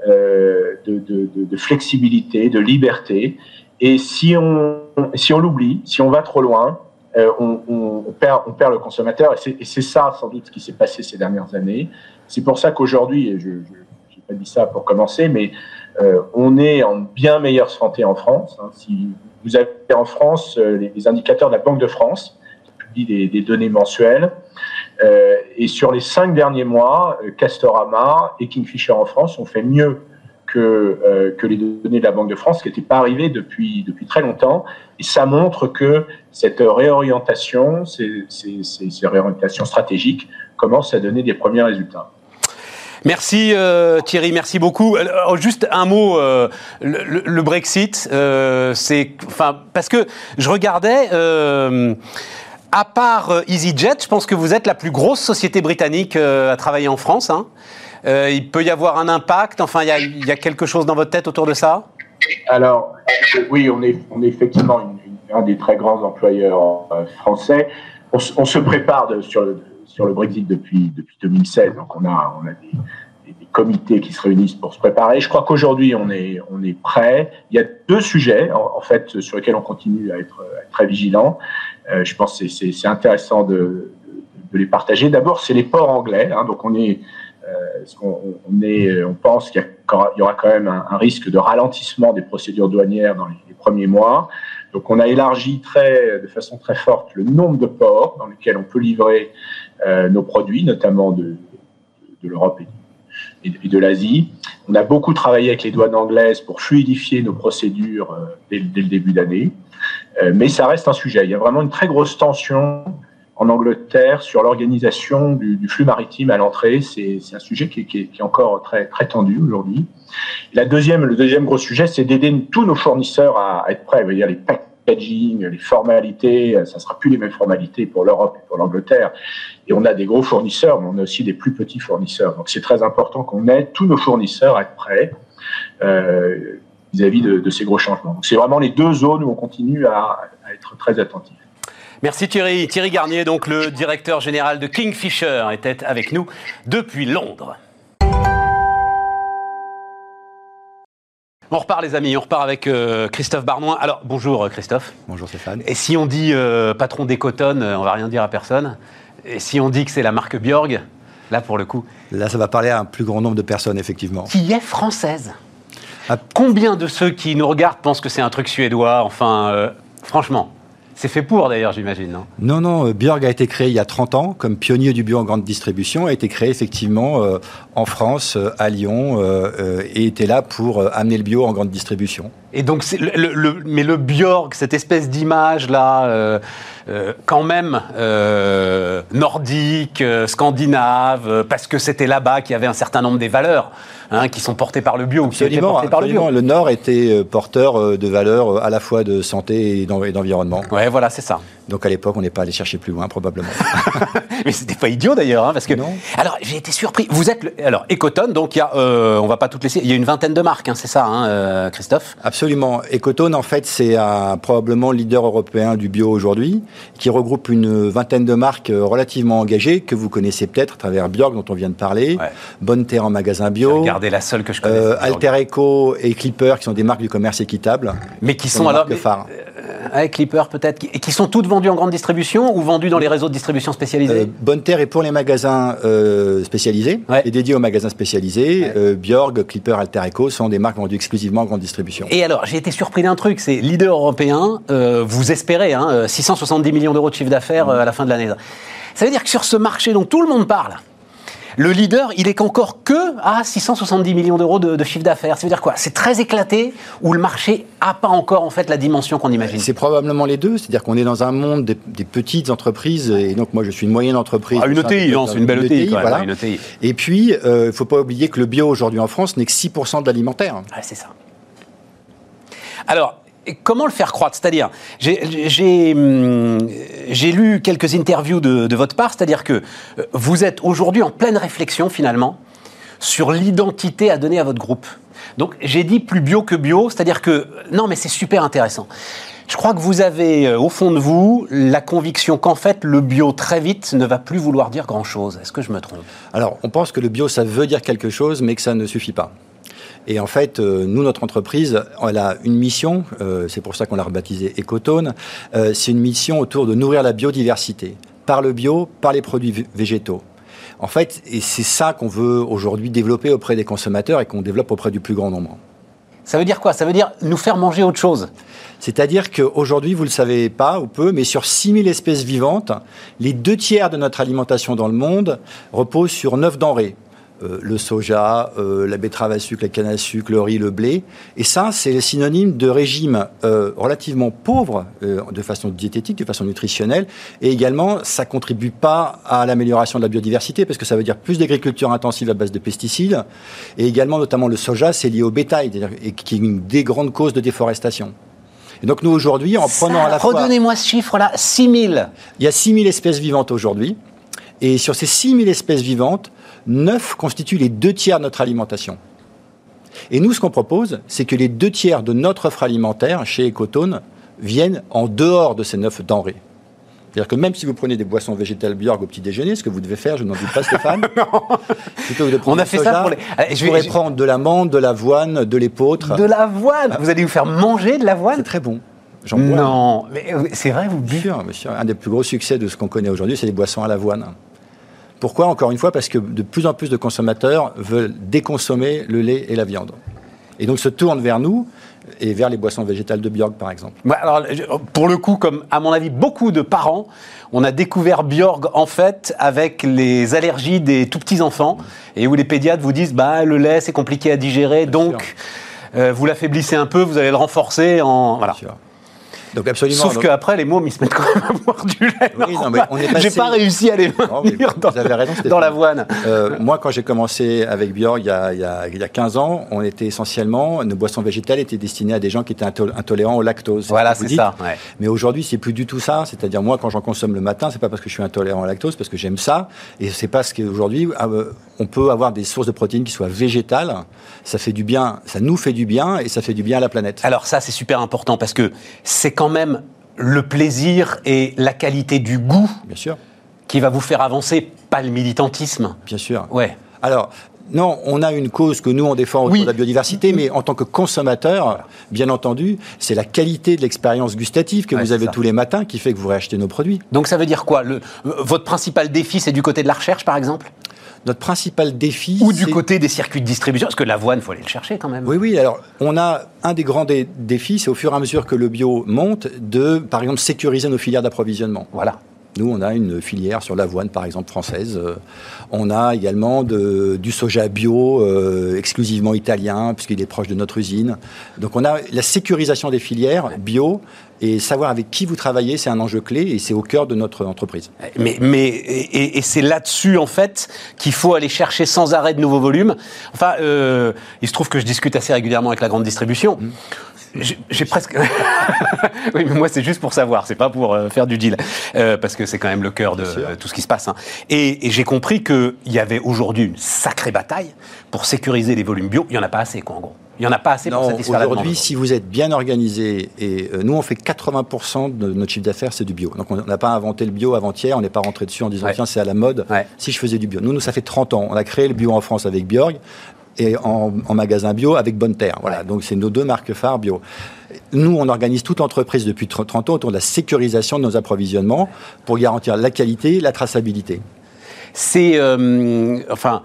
euh, de, de, de, de flexibilité, de liberté. Et si on, si on l'oublie, si on va trop loin, euh, on, on, on, perd, on perd le consommateur. Et c'est, et c'est ça, sans doute, ce qui s'est passé ces dernières années. C'est pour ça qu'aujourd'hui, et je n'ai pas dit ça pour commencer, mais euh, on est en bien meilleure santé en France. Hein. Si vous avez en France euh, les, les indicateurs de la Banque de France, Des, des données mensuelles. Euh, et sur les cinq derniers mois, Castorama et Kingfisher en France ont fait mieux que, euh, que les données de la Banque de France, qui n'étaient pas arrivées depuis, depuis très longtemps. Et ça montre que cette réorientation, ces, ces, ces, ces réorientations stratégiques commencent à donner des premiers résultats. Merci euh, Thierry, merci beaucoup. Alors, juste un mot, euh, le, le Brexit, euh, c'est, enfin, parce que je regardais. Euh, À part EasyJet, je pense que vous êtes la plus grosse société britannique à travailler en France. Hein. Euh, il peut y avoir un impact. Enfin, il y a, il y a quelque chose dans votre tête autour de ça ? Alors, oui, on est, on est effectivement une, une, un des très grands employeurs euh, français. On, on se prépare de, sur, le, sur le Brexit depuis, depuis deux mille seize. Donc, on a, on a des, des, des comités qui se réunissent pour se préparer. Je crois qu'aujourd'hui, on est, on est prêt. Il y a deux sujets, en, en fait, sur lesquels on continue à être, à être très vigilant. Euh, je pense que c'est, c'est, c'est intéressant de, de, de les partager. D'abord, c'est les ports anglais. Hein, donc, on est, euh, parce qu'on on est, on pense qu'il y, a, il y aura quand même un, un risque de ralentissement des procédures douanières dans les, les premiers mois. Donc, on a élargi très, de façon très forte le nombre de ports dans lesquels on peut livrer euh, nos produits, notamment de, de l'Europe et, et de l'Asie. On a beaucoup travaillé avec les douanes anglaises pour fluidifier nos procédures euh, dès, dès le début d'année. Euh, mais ça reste un sujet. Il y a vraiment une très grosse tension en Angleterre sur l'organisation du, du flux maritime à l'entrée. C'est, c'est un sujet qui, qui, qui est encore très, très tendu aujourd'hui. La deuxième, le deuxième gros sujet, c'est d'aider tous nos fournisseurs à, à être prêts. C'est-à-dire les packaging, les formalités, ça ne sera plus les mêmes formalités pour l'Europe et pour l'Angleterre. Et on a des gros fournisseurs, mais on a aussi des plus petits fournisseurs. Donc c'est très important qu'on aide tous nos fournisseurs à être prêts euh, vis-à-vis de, de ces gros changements. Donc c'est vraiment les deux zones où on continue à, à être très attentif. Merci Thierry. Thierry Garnier, donc le directeur général de Kingfisher, était avec nous depuis Londres. On repart les amis, on repart avec euh, Christophe Barnoin. Alors bonjour Christophe. Bonjour Stéphane. Et si on dit euh, patron d'Ecotone, on va rien dire à personne. Et si on dit que c'est la marque Bjorg, là pour le coup... Là ça va parler à un plus grand nombre de personnes effectivement. Qui est française. Ah. Combien de ceux qui nous regardent pensent que c'est un truc suédois? Enfin, euh, franchement... C'est fait pour d'ailleurs, j'imagine, non? Non, non, Bjorg a été créé il y a trente ans, comme pionnier du bio en grande distribution, a été créé effectivement euh, en France, euh, à Lyon, euh, euh, et était là pour euh, amener le bio en grande distribution. Et donc, c'est le, le, le, mais le Bjorg, cette espèce d'image-là, euh, euh, quand même euh, nordique, euh, scandinave, euh, parce que c'était là-bas qu'il y avait un certain nombre des valeurs hein, qui sont portées par le bio, ou qui étaient portées par le bio. Le Nord était porteur de valeurs à la fois de santé et d'environnement. Ouais, voilà, c'est ça. Donc à l'époque, on n'est pas allé chercher plus loin, probablement. Mais c'était pas idiot d'ailleurs, hein, parce que. Non. Alors j'ai été surpris. Vous êtes le... alors Ecotone, donc il y a, euh, on va pas toutes laisser. Il y a une vingtaine de marques, hein, c'est ça, hein, euh, Christophe? Absolument. Ecotone, en fait, c'est un, probablement le leader européen du bio aujourd'hui, qui regroupe une vingtaine de marques relativement engagées que vous connaissez peut-être à travers Bjorg, dont on vient de parler, ouais. Bonne Terre en magasin bio. Regardez la seule que je connais. Euh, Alter Eco et Clipper, qui sont des marques du commerce équitable. Mais qui sont, sont alors. Phares. Avec Clipper peut-être, et qui sont toutes vendues en grande distribution ou vendues dans les réseaux de distribution spécialisés? euh, Bonne Terre est pour les magasins euh, spécialisés, ouais. et dédié aux magasins spécialisés. Ouais. Euh, Bjorg, Clipper, Alter Eco sont des marques vendues exclusivement en grande distribution. Et alors, j'ai été surpris d'un truc, c'est leader européen, euh, vous espérez hein, six cent soixante-dix millions d'euros de chiffre d'affaires euh, à la fin de l'année. Ça veut dire que sur ce marché dont tout le monde parle, le leader, il est qu'encore que à six cent soixante-dix millions d'euros de, de chiffre d'affaires. Ça veut dire quoi? C'est très éclaté, où le marché n'a pas encore en fait la dimension qu'on imagine. C'est probablement les deux. C'est-à-dire qu'on est dans un monde des, des petites entreprises, et donc moi je suis une moyenne entreprise. Ah, une E T I, non, c'est une belle E T I, quand même, voilà. Une E T I. Et puis, il euh, ne faut pas oublier que le bio aujourd'hui en France n'est que six pour cent de l'alimentaire. Ah, c'est ça. Alors, comment le faire croître? C'est-à-dire, j'ai, j'ai, hum, j'ai lu quelques interviews de, de votre part, c'est-à-dire que vous êtes aujourd'hui en pleine réflexion, finalement, sur l'identité à donner à votre groupe. Donc, j'ai dit plus bio que bio, c'est-à-dire que, non, mais c'est super intéressant. Je crois que vous avez, au fond de vous, la conviction qu'en fait, le bio, très vite, ne va plus vouloir dire grand-chose. Est-ce que je me trompe? Alors, on pense que le bio, ça veut dire quelque chose, mais que ça ne suffit pas. Et en fait, euh, nous, notre entreprise, elle a une mission, euh, c'est pour ça qu'on l'a rebaptisée Ecotone, euh, c'est une mission autour de nourrir la biodiversité, par le bio, par les produits v- végétaux. En fait, et c'est ça qu'on veut aujourd'hui développer auprès des consommateurs et qu'on développe auprès du plus grand nombre. Ça veut dire quoi? Ça veut dire nous faire manger autre chose? C'est-à-dire qu'aujourd'hui, vous ne le savez pas ou peu, mais sur six mille espèces vivantes, les deux tiers de notre alimentation dans le monde reposent sur neuf denrées. Euh, le soja, euh, la betterave à sucre, la canne à sucre, le riz, le blé. Et ça, c'est le synonyme de régime euh, relativement pauvre euh, de façon diététique, de façon nutritionnelle. Et également, ça ne contribue pas à l'amélioration de la biodiversité parce que ça veut dire plus d'agriculture intensive à base de pesticides. Et également, notamment le soja, c'est lié au bétail, et qui est une des grandes causes de déforestation. Et donc nous, aujourd'hui, en ça, prenant à la fois... Redonnez-moi ce chiffre-là, six mille. Il y a six mille espèces vivantes aujourd'hui. Et sur ces six mille espèces vivantes, neuf constituent les deux tiers de notre alimentation. Et nous, ce qu'on propose, c'est que les deux tiers de notre offre alimentaire chez Ecotone viennent en dehors de ces neuf denrées. C'est-à-dire que même si vous prenez des boissons végétales Bjorg au petit déjeuner, ce que vous devez faire, je n'en doute pas, Stéphane. Non. On a fait soja, ça pour les. Allez, je vous pourrez prendre de l'amande, de l'avoine, de l'épeautre. De l'avoine. Vous allez vous faire manger de l'avoine? C'est très bon. J'en bois. Non, mais c'est vrai, vous buvez. Bien sûr, monsieur. Un des plus gros succès de ce qu'on connaît aujourd'hui, c'est les boissons à l'avoine. Pourquoi ? Encore une fois, parce que de plus en plus de consommateurs veulent déconsommer le lait et la viande. Et donc se tournent vers nous et vers les boissons végétales de Bjorg, par exemple. Ouais, alors, pour le coup, comme à mon avis, beaucoup de parents, on a découvert Bjorg, en fait, avec les allergies des tout-petits-enfants, et où les pédiatres vous disent, bah, le lait, c'est compliqué à digérer, bien donc euh, vous l'affaiblissez un peu, vous allez le renforcer en... Voilà. Bien sûr. Donc absolument. Sauf donc... qu'après, les mômes, ils se mettent quand même à boire du lait. Oui, non, mais on est passé... J'ai pas réussi à les maintenir dans, raison, dans l'avoine. Euh, moi, quand j'ai commencé avec Bjorg il y, a, il, y a, il y a quinze ans, on était essentiellement, nos boissons végétales étaient destinées à des gens qui étaient intolérants au lactose. Voilà, c'est, c'est ça. Ouais. Mais aujourd'hui, c'est plus du tout ça. C'est-à-dire, moi, quand j'en consomme le matin, c'est pas parce que je suis intolérant au lactose, parce que j'aime ça. Et c'est parce qu'aujourd'hui, euh, on peut avoir des sources de protéines qui soient végétales. Ça fait du bien, ça nous fait du bien et ça fait du bien à la planète. Alors ça, c'est super important parce que c'est quand même le plaisir et la qualité du goût, bien sûr, qui va vous faire avancer, pas le militantisme. Bien sûr. Ouais. Alors, non, on a une cause que nous, on défend autour oui. de la biodiversité, mais en tant que consommateur, voilà. bien entendu, c'est la qualité de l'expérience gustative que ouais, vous avez ça. tous les matins qui fait que vous réachetez nos produits. Donc ça veut dire quoi ? le, Votre principal défi, c'est du côté de la recherche, par exemple ? Notre principal défi... Ou du côté des circuits de distribution, parce que l'avoine, il faut aller le chercher quand même. Oui, oui, alors on a un des grands dé- défis, c'est au fur et à mesure que le bio monte, de, par exemple, sécuriser nos filières d'approvisionnement. Voilà. Nous, on a une filière sur l'avoine, par exemple, française. Euh, on a également de, du soja bio, euh, exclusivement italien, puisqu'il est proche de notre usine. Donc, on a la sécurisation des filières bio, et savoir avec qui vous travaillez, c'est un enjeu clé, et c'est au cœur de notre entreprise. Mais, mais et, et c'est là-dessus, en fait, qu'il faut aller chercher sans arrêt de nouveaux volumes. Enfin, euh, il se trouve que je discute assez régulièrement avec la grande distribution. Mmh. J'ai, j'ai presque... oui, mais moi, c'est juste pour savoir, c'est pas pour euh, faire du deal. Euh, parce que c'est quand même le cœur de euh, tout ce qui se passe. Hein. Et, et j'ai compris qu'il y avait aujourd'hui une sacrée bataille pour sécuriser les volumes bio. Il n'y en a pas assez, quoi, en gros. Il n'y en a pas assez non, pour satisfaire la demande. Aujourd'hui, si vous êtes bien organisé, et euh, nous, on fait quatre-vingts pour cent de notre chiffre d'affaires, c'est du bio. Donc, on n'a pas inventé le bio avant-hier, on n'est pas rentré dessus en disant, ouais. tiens, c'est à la mode, ouais. si je faisais du bio. Nous, nous, ça fait trente ans. On a créé le bio en France avec Bjorg, et en, en magasin bio avec Bonne Terre. Voilà, ouais. donc c'est nos deux marques phares bio. Nous, on organise toute l'entreprise depuis trente ans autour de la sécurisation de nos approvisionnements pour garantir la qualité, la traçabilité. C'est, euh, enfin,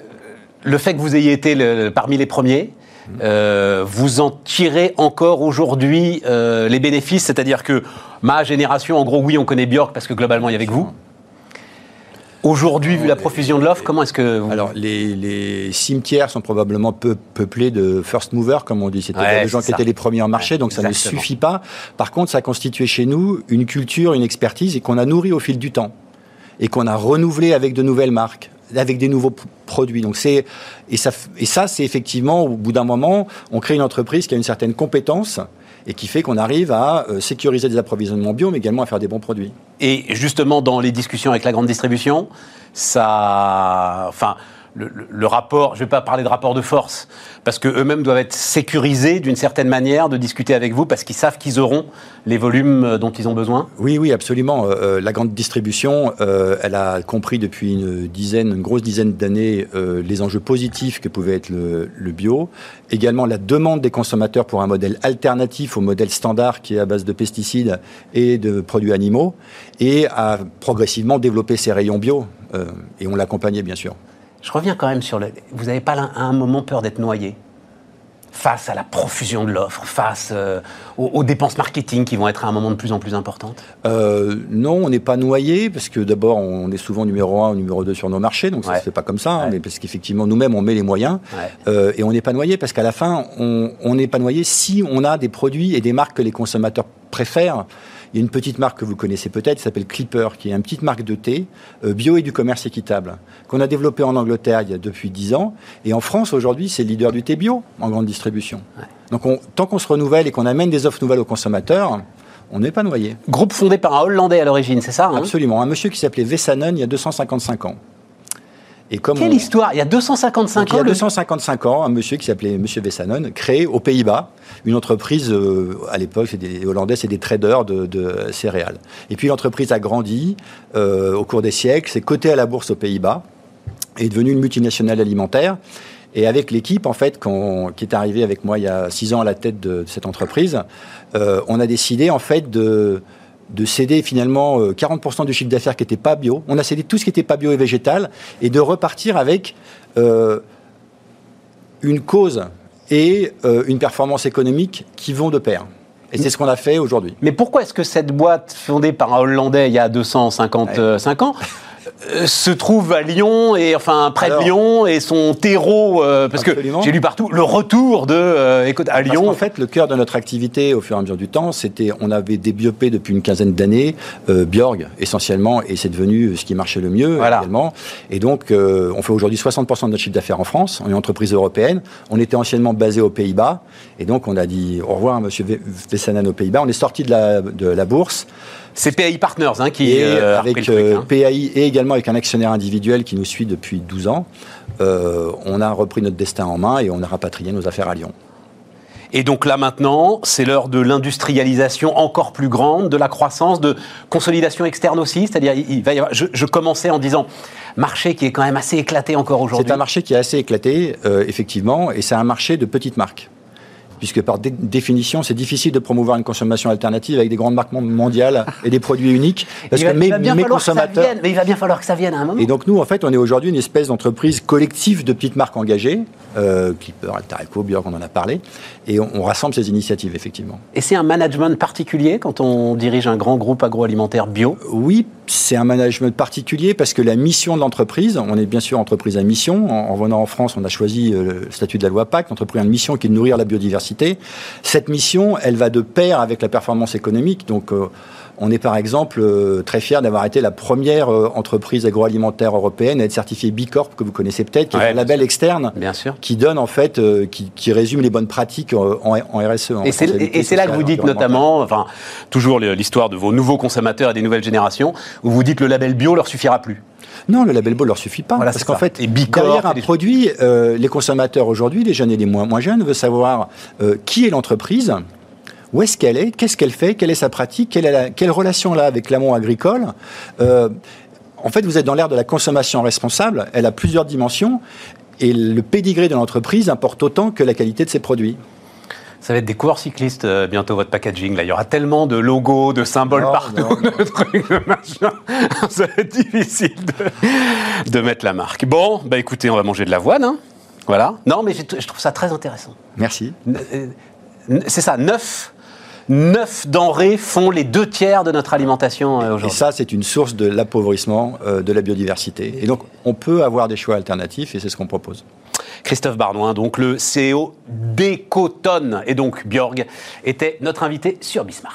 le fait que vous ayez été le, parmi les premiers, mmh. euh, vous en tirez encore aujourd'hui euh, les bénéfices, c'est-à-dire que ma génération, en gros, oui, on connaît Bjorg parce que globalement, il y avait que vous. Aujourd'hui, vu la profusion de l'offre, comment est-ce que vous... Alors, les, les cimetières sont probablement peu peuplés de first movers, comme on dit. C'était ouais, des gens qui ça. étaient les premiers en marché, ouais, donc ça exactement. ne suffit pas. Par contre, ça a constitué chez nous une culture, une expertise, et qu'on a nourri au fil du temps. Et qu'on a renouvelé avec de nouvelles marques, avec des nouveaux p- produits. Donc c'est, et, ça, et ça, c'est effectivement, au bout d'un moment, on crée une entreprise qui a une certaine compétence, et qui fait qu'on arrive à euh, sécuriser des approvisionnements bio, mais également à faire des bons produits. Et justement, dans les discussions avec la grande distribution, ça... Enfin, le, le, le rapport... Je ne vais pas parler de rapport de force, parce qu'eux-mêmes doivent être sécurisés d'une certaine manière de discuter avec vous, parce qu'ils savent qu'ils auront les volumes dont ils ont besoin. Oui, oui, absolument. Euh, la grande distribution, euh, elle a compris depuis une dizaine, une grosse dizaine d'années, euh, les enjeux positifs que pouvait être le, le bio. Également, la demande des consommateurs pour un modèle alternatif au modèle standard qui est à base de pesticides et de produits animaux, et a progressivement développé ses rayons bio. Euh, et on l'accompagnait, bien sûr. Je reviens quand même sur le... Vous n'avez pas à un moment peur d'être noyé face à la profusion de l'offre, face euh, aux, aux dépenses marketing qui vont être à un moment de plus en plus importantes ? euh, Non, on n'est pas noyé, parce que d'abord, on est souvent numéro un ou numéro deux sur nos marchés, donc ça ne ouais. se fait pas comme ça, ouais. hein, mais parce qu'effectivement, nous-mêmes, on met les moyens, ouais. euh, et on n'est pas noyé, parce qu'à la fin, on n'est pas noyé si on a des produits et des marques que les consommateurs préfèrent. Il y a une petite marque que vous connaissez peut-être, qui s'appelle Clipper, qui est une petite marque de thé, euh, bio et du commerce équitable, qu'on a développé en Angleterre il y a depuis dix ans. Et en France, aujourd'hui, c'est le leader du thé bio en grande distribution. Ouais. Donc, on, tant qu'on se renouvelle et qu'on amène des offres nouvelles aux consommateurs, on n'est pas noyé. Groupe fondé par un Hollandais à l'origine, c'est ça hein ? Absolument. Un monsieur qui s'appelait Vessanen il y a deux cent cinquante-cinq ans. Et comme Quelle on... histoire ? Il y a deux cent cinquante-cinq Donc, ans Il y a deux cent cinquante-cinq ans, un monsieur qui s'appelait Monsieur Vessanen, créé aux Pays-Bas, une entreprise, euh, à l'époque, c'est des Hollandais, c'est des traders de, de céréales. Et puis l'entreprise a grandi euh, au cours des siècles, c'est coté à la bourse aux Pays-Bas, est devenue une multinationale alimentaire. Et avec l'équipe, en fait, quand, qui est arrivée avec moi il y a six ans à la tête de, de cette entreprise, euh, on a décidé, en fait, de... de céder finalement euh, quarante pour cent du chiffre d'affaires qui n'était pas bio. On a cédé tout ce qui n'était pas bio et végétal et de repartir avec euh, une cause et euh, une performance économique qui vont de pair. Et c'est ce qu'on a fait aujourd'hui. Mais pourquoi est-ce que cette boîte fondée par un Hollandais il y a deux cent cinquante-cinq ouais. ans euh, se trouve à Lyon, et enfin près Alors, de Lyon, et son terreau, euh, parce absolument. que j'ai lu partout, le retour de euh, à Lyon. En fait, le cœur de notre activité au fur et à mesure du temps, c'était, on avait développé depuis une quinzaine d'années euh, Bjorg essentiellement, et c'est devenu ce qui marchait le mieux voilà. également. Et donc, euh, on fait aujourd'hui soixante pour cent de notre chiffre d'affaires en France. On est une entreprise européenne. On était anciennement basé aux Pays-Bas, et donc on a dit au revoir à Monsieur Vessanen aux Pays-Bas. On est sorti de la, de la bourse. C'est P A I Partners hein, qui et euh, avec a truc, hein. P A I et également avec un actionnaire individuel qui nous suit depuis douze ans, euh, on a repris notre destin en main et on a rapatrié nos affaires à Lyon. Et donc là maintenant, c'est l'heure de l'industrialisation encore plus grande, de la croissance, de consolidation externe aussi. C'est-à-dire, il va y avoir. Je, je commençais en disant marché qui est quand même assez éclaté encore aujourd'hui. C'est un marché qui est assez éclaté, euh, effectivement, et c'est un marché de petites marques. Puisque par dé- définition, c'est difficile de promouvoir une consommation alternative avec des grandes marques mondiales et des produits uniques. Parce il va, que mes, il va bien mes falloir consommateurs... que ça vienne, mais il va bien falloir que ça vienne à un moment. Et donc nous, en fait, on est aujourd'hui une espèce d'entreprise collective de petites marques engagées, euh, Clipper, Altaraco, Bjorg, on en a parlé, et on, on rassemble ces initiatives, effectivement. Et c'est un management particulier quand on dirige un grand groupe agroalimentaire bio ? Oui, c'est un management particulier parce que la mission de l'entreprise, on est bien sûr entreprise à mission. En, en venant en France, on a choisi euh, le statut de la loi P A C, l'entreprise à une mission qui est de nourrir la biodiversité. Cette mission, elle va de pair avec la performance économique. Donc, euh, on est par exemple euh, très fiers d'avoir été la première euh, entreprise agroalimentaire européenne à être certifiée B Corp, que vous connaissez peut-être, qui ouais, est un label sûr. externe, bien sûr. qui donne en fait, euh, qui, qui résume les bonnes pratiques euh, en, en R S E. En et c'est, et c'est là que vous dites notamment, enfin, toujours l'histoire de vos nouveaux consommateurs et des nouvelles générations, où vous dites que le label bio leur suffira plus. Non, le label bio ne leur suffit pas. Voilà, parce qu'en ça. fait, et Bicorp, derrière un les... produit, euh, les consommateurs aujourd'hui, les jeunes et les moins, moins jeunes, veulent savoir euh, qui est l'entreprise, où est-ce qu'elle est, qu'est-ce qu'elle fait, quelle est sa pratique, quelle, est la, quelle relation là avec l'amont agricole. Euh, en fait, vous êtes dans l'ère de la consommation responsable. Elle a plusieurs dimensions. Et le pédigré de l'entreprise importe autant que la qualité de ses produits. Ça va être des coureurs cyclistes euh, bientôt, votre packaging. Là. Il y aura tellement de logos, de symboles non, partout, non, de trucs, de machin. Ça va être difficile de, de mettre la marque. Bon, bah écoutez, on va manger de l'avoine. Hein. Voilà. Non, mais je trouve ça très intéressant. Merci. C'est ça, neuf... Neuf denrées font les deux tiers de notre alimentation aujourd'hui. Et ça, c'est une source de l'appauvrissement euh, de la biodiversité. Et donc, on peut avoir des choix alternatifs, et c'est ce qu'on propose. Christophe Barnoin, donc le C E O d'Ecoton, et donc Bjorg, était notre invité sur Bismart.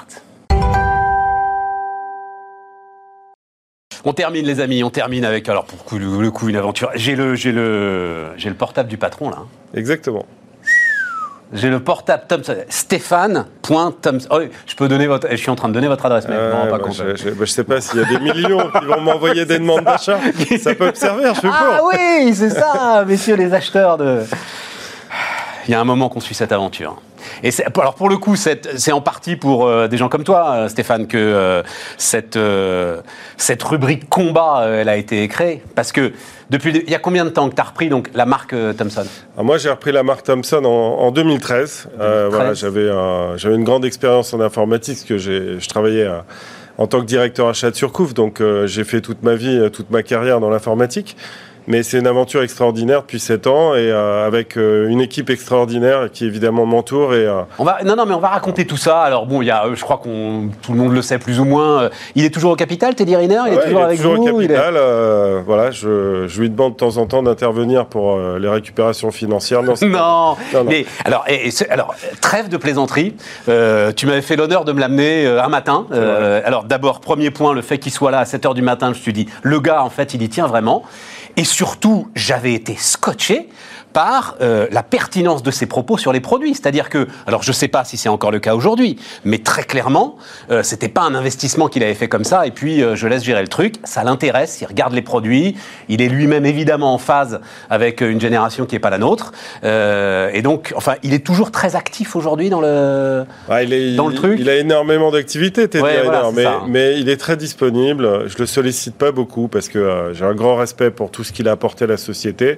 On termine, les amis, on termine avec, alors pour le coup, une aventure. J'ai le, j'ai le, j'ai le portable du patron, là. Exactement. J'ai le portable Thomson. Stéphane.Thomson. Oh, je peux donner votre. Je suis en train de donner votre adresse mail. Euh, je ne me rends pas bah, compte. Je, je, bah, je sais pas s'il y a des millions qui vont m'envoyer des demandes d'achat. Ça peut me servir, je suis ah, pour. Ah oui, c'est ça, messieurs les acheteurs de. Il y a un moment qu'on suit cette aventure. Et c'est, alors pour le coup, c'est, c'est en partie pour euh, des gens comme toi, Stéphane, que euh, cette, euh, cette rubrique combat, euh, elle a été créée. Parce que depuis, il y a combien de temps que tu as repris donc, la marque euh, Thomson ? Alors moi, j'ai repris la marque Thomson en, en deux mille treize. Euh, voilà, j'avais, un, j'avais une grande expérience en informatique, parce que j'ai, je travaillais à, en tant que directeur achat de Surcouf. Donc euh, j'ai fait toute ma vie, toute ma carrière dans l'informatique. Mais c'est une aventure extraordinaire depuis sept ans et euh, avec euh, une équipe extraordinaire qui évidemment m'entoure. Et, euh... on va, non, non, mais on va raconter tout ça. Alors bon, il y a, je crois qu'on tout le monde le sait plus ou moins. Il est toujours au capital, Teddy Riner. Il ouais, est toujours il est avec toujours vous. Au capital. Il est... euh, voilà, je, je lui demande de temps en temps d'intervenir pour euh, les récupérations financières. Non, non, non, non. Mais alors, et, et alors, trêve de plaisanterie. Euh, tu m'avais fait l'honneur de me l'amener euh, un matin. Euh, alors d'abord, premier point, le fait qu'il soit là à sept heures du matin. Je me suis dit, le gars, en fait, il y tient vraiment. Et surtout, j'avais été scotché par euh, la pertinence de ses propos sur les produits. C'est-à-dire que, alors je ne sais pas si c'est encore le cas aujourd'hui, mais très clairement, euh, ce n'était pas un investissement qu'il avait fait comme ça, et puis euh, je laisse gérer le truc, ça l'intéresse, il regarde les produits, il est lui-même évidemment en phase avec une génération qui n'est pas la nôtre, euh, et donc, enfin, il est toujours très actif aujourd'hui dans le, ah, il est, dans le il, truc. Il a énormément d'activités, Teddy ouais, Riner, voilà, mais, ça, hein. mais il est très disponible, je ne le sollicite pas beaucoup, parce que euh, j'ai un grand respect pour tout ce qu'il a apporté à la société.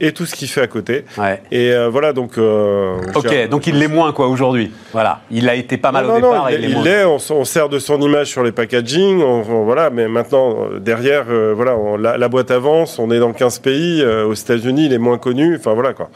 et tout ce qu'il fait à côté. Ouais. Et euh, voilà, donc... Euh, ok, donc il l'est moins, quoi, aujourd'hui. Voilà, il a été pas mal non, au non, départ. Non, et il, il il l'est, on, on sert de son image sur les packaging, on, on, voilà, mais maintenant, derrière, euh, voilà, on, la, la boîte avance, on est dans quinze pays, euh, aux États-Unis, il est moins connu, enfin voilà, quoi.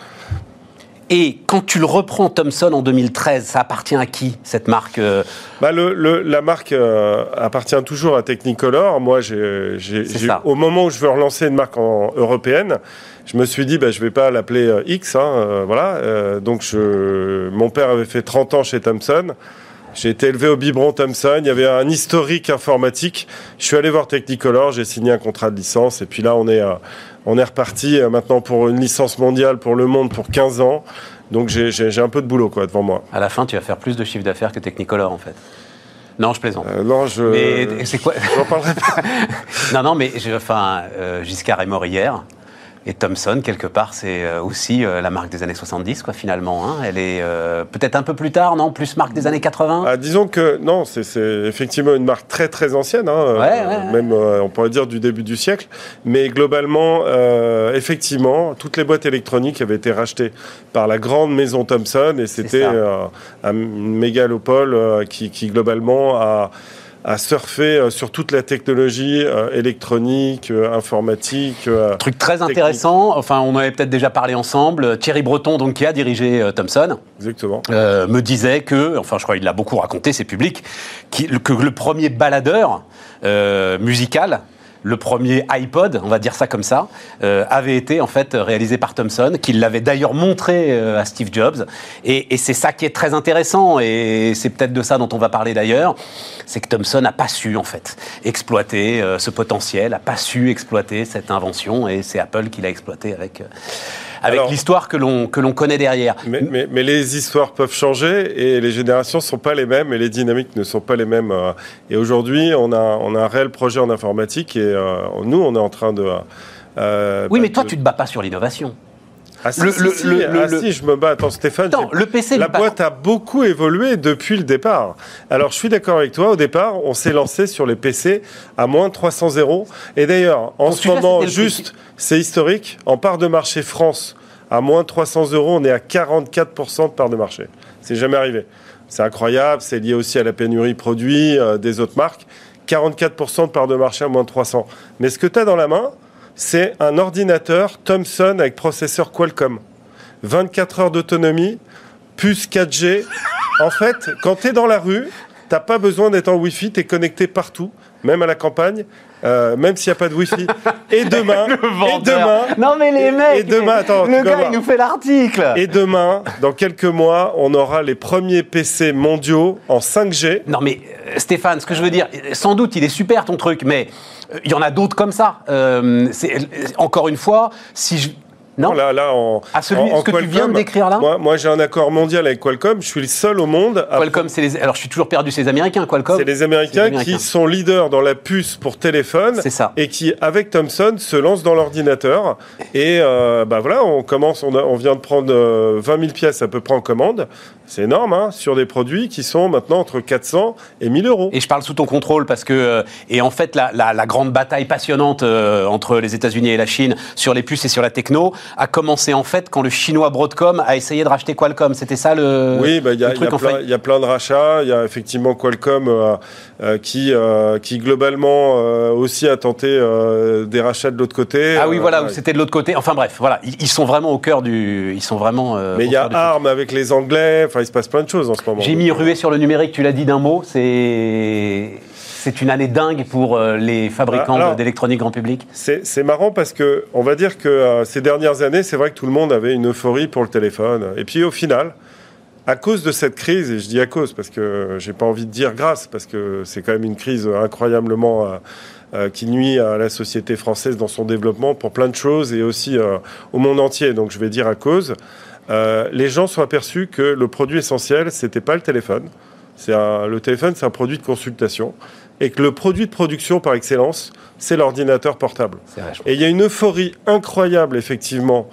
Et quand tu le reprends, Thomson, en deux mille treize, ça appartient à qui, cette marque euh... bah le, le, La marque euh, appartient toujours à Technicolor. Moi, j'ai, j'ai, j'ai, au moment où je veux relancer une marque en, européenne, je me suis dit, bah, je ne vais pas l'appeler euh, X. Hein, euh, voilà. Euh, donc, je, mon père avait fait trente ans chez Thomson. J'ai été élevé au biberon Thomson. Il y avait un historique informatique. Je suis allé voir Technicolor. J'ai signé un contrat de licence. Et puis là, on est... Euh, On est reparti euh, maintenant pour une licence mondiale pour le monde pour quinze ans. Donc j'ai, j'ai, j'ai un peu de boulot quoi, devant moi. À la fin, tu vas faire plus de chiffre d'affaires que Technicolor en fait. Non, je plaisante. Euh, non, je. Mais c'est quoi J'en parlerai pas. non, non, mais je, enfin, euh, Giscard est mort hier. Et Thomson, quelque part, c'est aussi euh, la marque des années soixante-dix, quoi, finalement. Hein. Elle est euh, peut-être un peu plus tard, non? Plus marque des années quatre-vingts? Ah, disons que, non, c'est, c'est effectivement une marque très, très ancienne. Hein, ouais, ouais, euh, même, euh, on pourrait dire, du début du siècle. Mais globalement, euh, effectivement, toutes les boîtes électroniques avaient été rachetées par la grande maison Thomson. Et c'était euh, une mégalopole euh, qui, qui, globalement, a... à surfer sur toute la technologie euh, électronique, euh, informatique. Euh, Truc très technique. intéressant, enfin on avait peut-être déjà parlé ensemble, Thierry Breton, donc, qui a dirigé euh, Thomson, Exactement. Euh, me disait que, enfin je crois qu'il l'a beaucoup raconté, c'est public, qui, que le premier baladeur euh, musical, le premier iPod, on va dire ça comme ça, euh, avait été en fait réalisé par Thomson, qu'il l'avait d'ailleurs montré euh, à Steve Jobs. Et, et c'est ça qui est très intéressant, et c'est peut-être de ça dont on va parler d'ailleurs, c'est que Thomson n'a pas su en fait exploiter euh, ce potentiel, n'a pas su exploiter cette invention, et c'est Apple qui l'a exploité avec... Euh, avec Alors, l'histoire que l'on, que l'on connaît derrière. Mais, mais, mais les histoires peuvent changer et les générations ne sont pas les mêmes et les dynamiques ne sont pas les mêmes. Et aujourd'hui, on a, on a un réel projet en informatique et euh, nous, on est en train de... Euh, oui, bah, mais toi, de... tu ne te bats pas sur l'innovation. Ah si, le, si, le, si, le, ah, le, si, je me bats. Attends, Stéphane, Attends, le P C, la boîte a beaucoup évolué depuis le départ. Alors, je suis d'accord avec toi. Au départ, on s'est lancé sur les P C à moins trois cents euros. Et d'ailleurs, en Donc, ce moment, là, juste, c'est historique. En part de marché France, à moins trois cents euros, on est à quarante-quatre pour cent de part de marché. C'est jamais arrivé. C'est incroyable. C'est lié aussi à la pénurie produits euh, des autres marques. quarante-quatre pour cent de part de marché à moins trois cents. Mais ce que tu as dans la main, c'est un ordinateur Thomson avec processeur Qualcomm. vingt-quatre heures d'autonomie, puce quatre G. En fait, quand tu es dans la rue, tu n'as pas besoin d'être en Wi-Fi, tu es connecté partout, même à la campagne, euh, même s'il n'y a pas de Wi-Fi. Et demain, et demain... Non mais les mecs, et demain, attends, le gars il nous fait l'article. Et demain, dans quelques mois, on aura les premiers P C mondiaux en cinq G. Non mais Stéphane, ce que je veux dire, sans doute il est super ton truc, mais... Il y en a d'autres comme ça. Euh, c'est, encore une fois, si je... Non, là, là, en, à celui, en, en ce que Qualcomm, tu viens de décrire là. Moi, moi, j'ai un accord mondial avec Qualcomm. Je suis le seul au monde. À... Qualcomm, c'est les. Alors, je suis toujours perdu. C'est les Américains, Qualcomm. C'est les Américains, c'est les Américains qui sont leaders dans la puce pour téléphone. C'est ça. Et qui, avec Thomson, se lancent dans l'ordinateur. Et euh, bah voilà, on commence. On, a, on vient de prendre euh, vingt mille pièces à peu près en commande. C'est énorme, hein, sur des produits qui sont maintenant entre quatre cents et mille euros. Et je parle sous ton contrôle parce que, euh, et en fait, la, la, la grande bataille passionnante euh, entre les États-Unis et la Chine sur les puces et sur la techno a commencé en fait quand le chinois Broadcom a essayé de racheter Qualcomm. C'était ça le. Oui, bah, y a, le truc y a en plein, fait. Il y a plein de rachats. Il y a effectivement Qualcomm euh, euh, qui, euh, qui globalement euh, aussi a tenté euh, des rachats de l'autre côté. Ah oui, voilà, euh, où c'était de l'autre côté. Enfin bref, voilà, ils, ils sont vraiment au cœur du. Ils sont vraiment. Euh, Mais il y a ARM avec les Anglais. Enfin, il se passe plein de choses en ce moment. J'ai mis rué sur le numérique, tu l'as dit d'un mot, c'est, c'est une année dingue pour euh, les fabricants Alors, d'électronique grand public. C'est, c'est marrant parce que, on va dire que euh, ces dernières années, c'est vrai que tout le monde avait une euphorie pour le téléphone. Et puis au final, à cause de cette crise, et je dis à cause parce que j'ai pas envie de dire grâce, parce que c'est quand même une crise incroyablement... Euh, Euh, qui nuit à la société française dans son développement pour plein de choses et aussi euh, au monde entier. Donc je vais dire à cause. Euh, les gens sont aperçus que le produit essentiel, c'était pas le téléphone. C'est un, le téléphone, c'est un produit de consultation. Et que le produit de production par excellence, c'est l'ordinateur portable. C'est vrai, et il y a une euphorie incroyable, effectivement,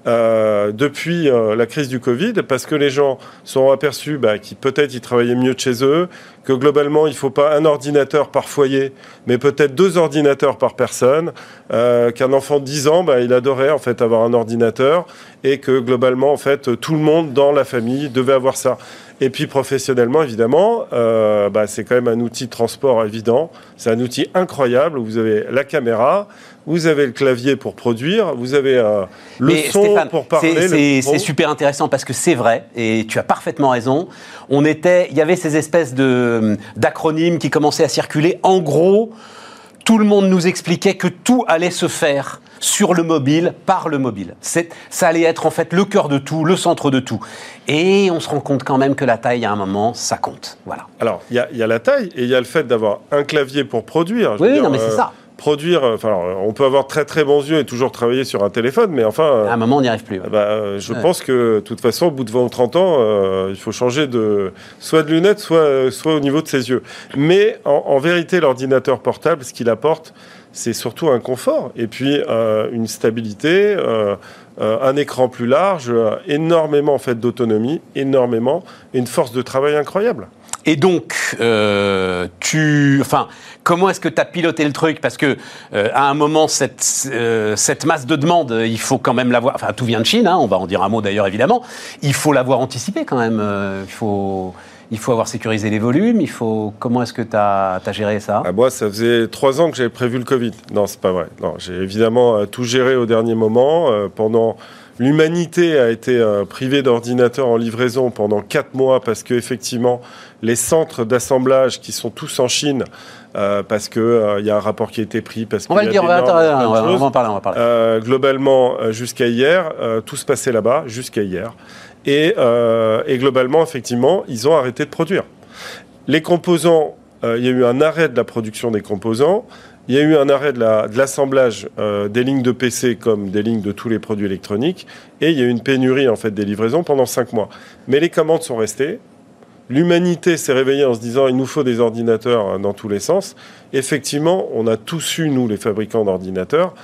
euh, depuis euh, la crise du Covid, parce que les gens sont aperçus bah, qu'ils peut-être ils travaillaient mieux de chez eux, que globalement il ne faut pas un ordinateur par foyer, mais peut-être deux ordinateurs par personne, euh, qu'un enfant de dix ans, bah, il adorait en fait avoir un ordinateur, et que globalement en fait tout le monde dans la famille devait avoir ça. Et puis professionnellement, évidemment, euh, bah, c'est quand même un outil de transport évident. C'est un outil incroyable où vous avez la caméra, vous avez le clavier pour produire, vous avez euh, le Mais son Stéphane, pour parler. C'est, le c'est, son. c'est super intéressant parce que c'est vrai, et tu as parfaitement raison. On était, il y avait ces espèces de, d'acronymes qui commençaient à circuler. En gros, tout le monde nous expliquait que tout allait se faire sur le mobile, par le mobile. C'est, ça allait être en fait le cœur de tout, le centre de tout. Et on se rend compte quand même que la taille, à un moment, ça compte. Voilà. Alors, il y, y a la taille et il y a le fait d'avoir un clavier pour produire. Je oui, veux dire, non, mais c'est euh, ça. Produire, enfin, alors, on peut avoir très très bons yeux et toujours travailler sur un téléphone, mais enfin... À un moment, on n'y arrive plus. Ouais. Bah, euh, je ouais. pense que, de toute façon, au bout de vingt ou trente ans, euh, il faut changer de, soit de lunettes, soit, soit au niveau de ses yeux. Mais en, en vérité, l'ordinateur portable, ce qu'il apporte, c'est surtout un confort et puis euh, une stabilité, euh, euh, un écran plus large, euh, énormément en fait d'autonomie, énormément, et une force de travail incroyable. Et donc, euh, tu, enfin, comment est-ce que tu as piloté le truc ? Parce que euh, à un moment, cette, euh, cette masse de demande, il faut quand même l'avoir. Enfin, tout vient de Chine, hein, on va en dire un mot d'ailleurs évidemment. Il faut l'avoir anticipé quand même. Euh, il faut. Il faut avoir sécurisé les volumes, il faut... Comment est-ce que tu as géré ça ? Ah, moi, ça faisait trois ans que j'avais prévu le Covid. Non, c'est pas vrai. Non, j'ai évidemment euh, tout géré au dernier moment. Euh, pendant... L'humanité a été euh, privée d'ordinateurs en livraison pendant quatre mois parce qu'effectivement, les centres d'assemblage qui sont tous en Chine, euh, parce qu'il euh, y a un rapport qui a été pris, parce on va le dire, on va, attends, on, va, on va en parler. On va parler. Euh, globalement, euh, jusqu'à hier, euh, tout se passait là-bas, jusqu'à hier. Et, euh, et globalement, effectivement, ils ont arrêté de produire. Les composants, euh, il y a eu un arrêt de la production des composants, il y a eu un arrêt de, la, de l'assemblage euh, des lignes de P C comme des lignes de tous les produits électroniques, et il y a eu une pénurie en fait des livraisons pendant cinq mois. Mais les commandes sont restées. L'humanité s'est réveillée en se disant il nous faut des ordinateurs dans tous les sens. Effectivement, on a tous eu, nous, les fabricants d'ordinateurs,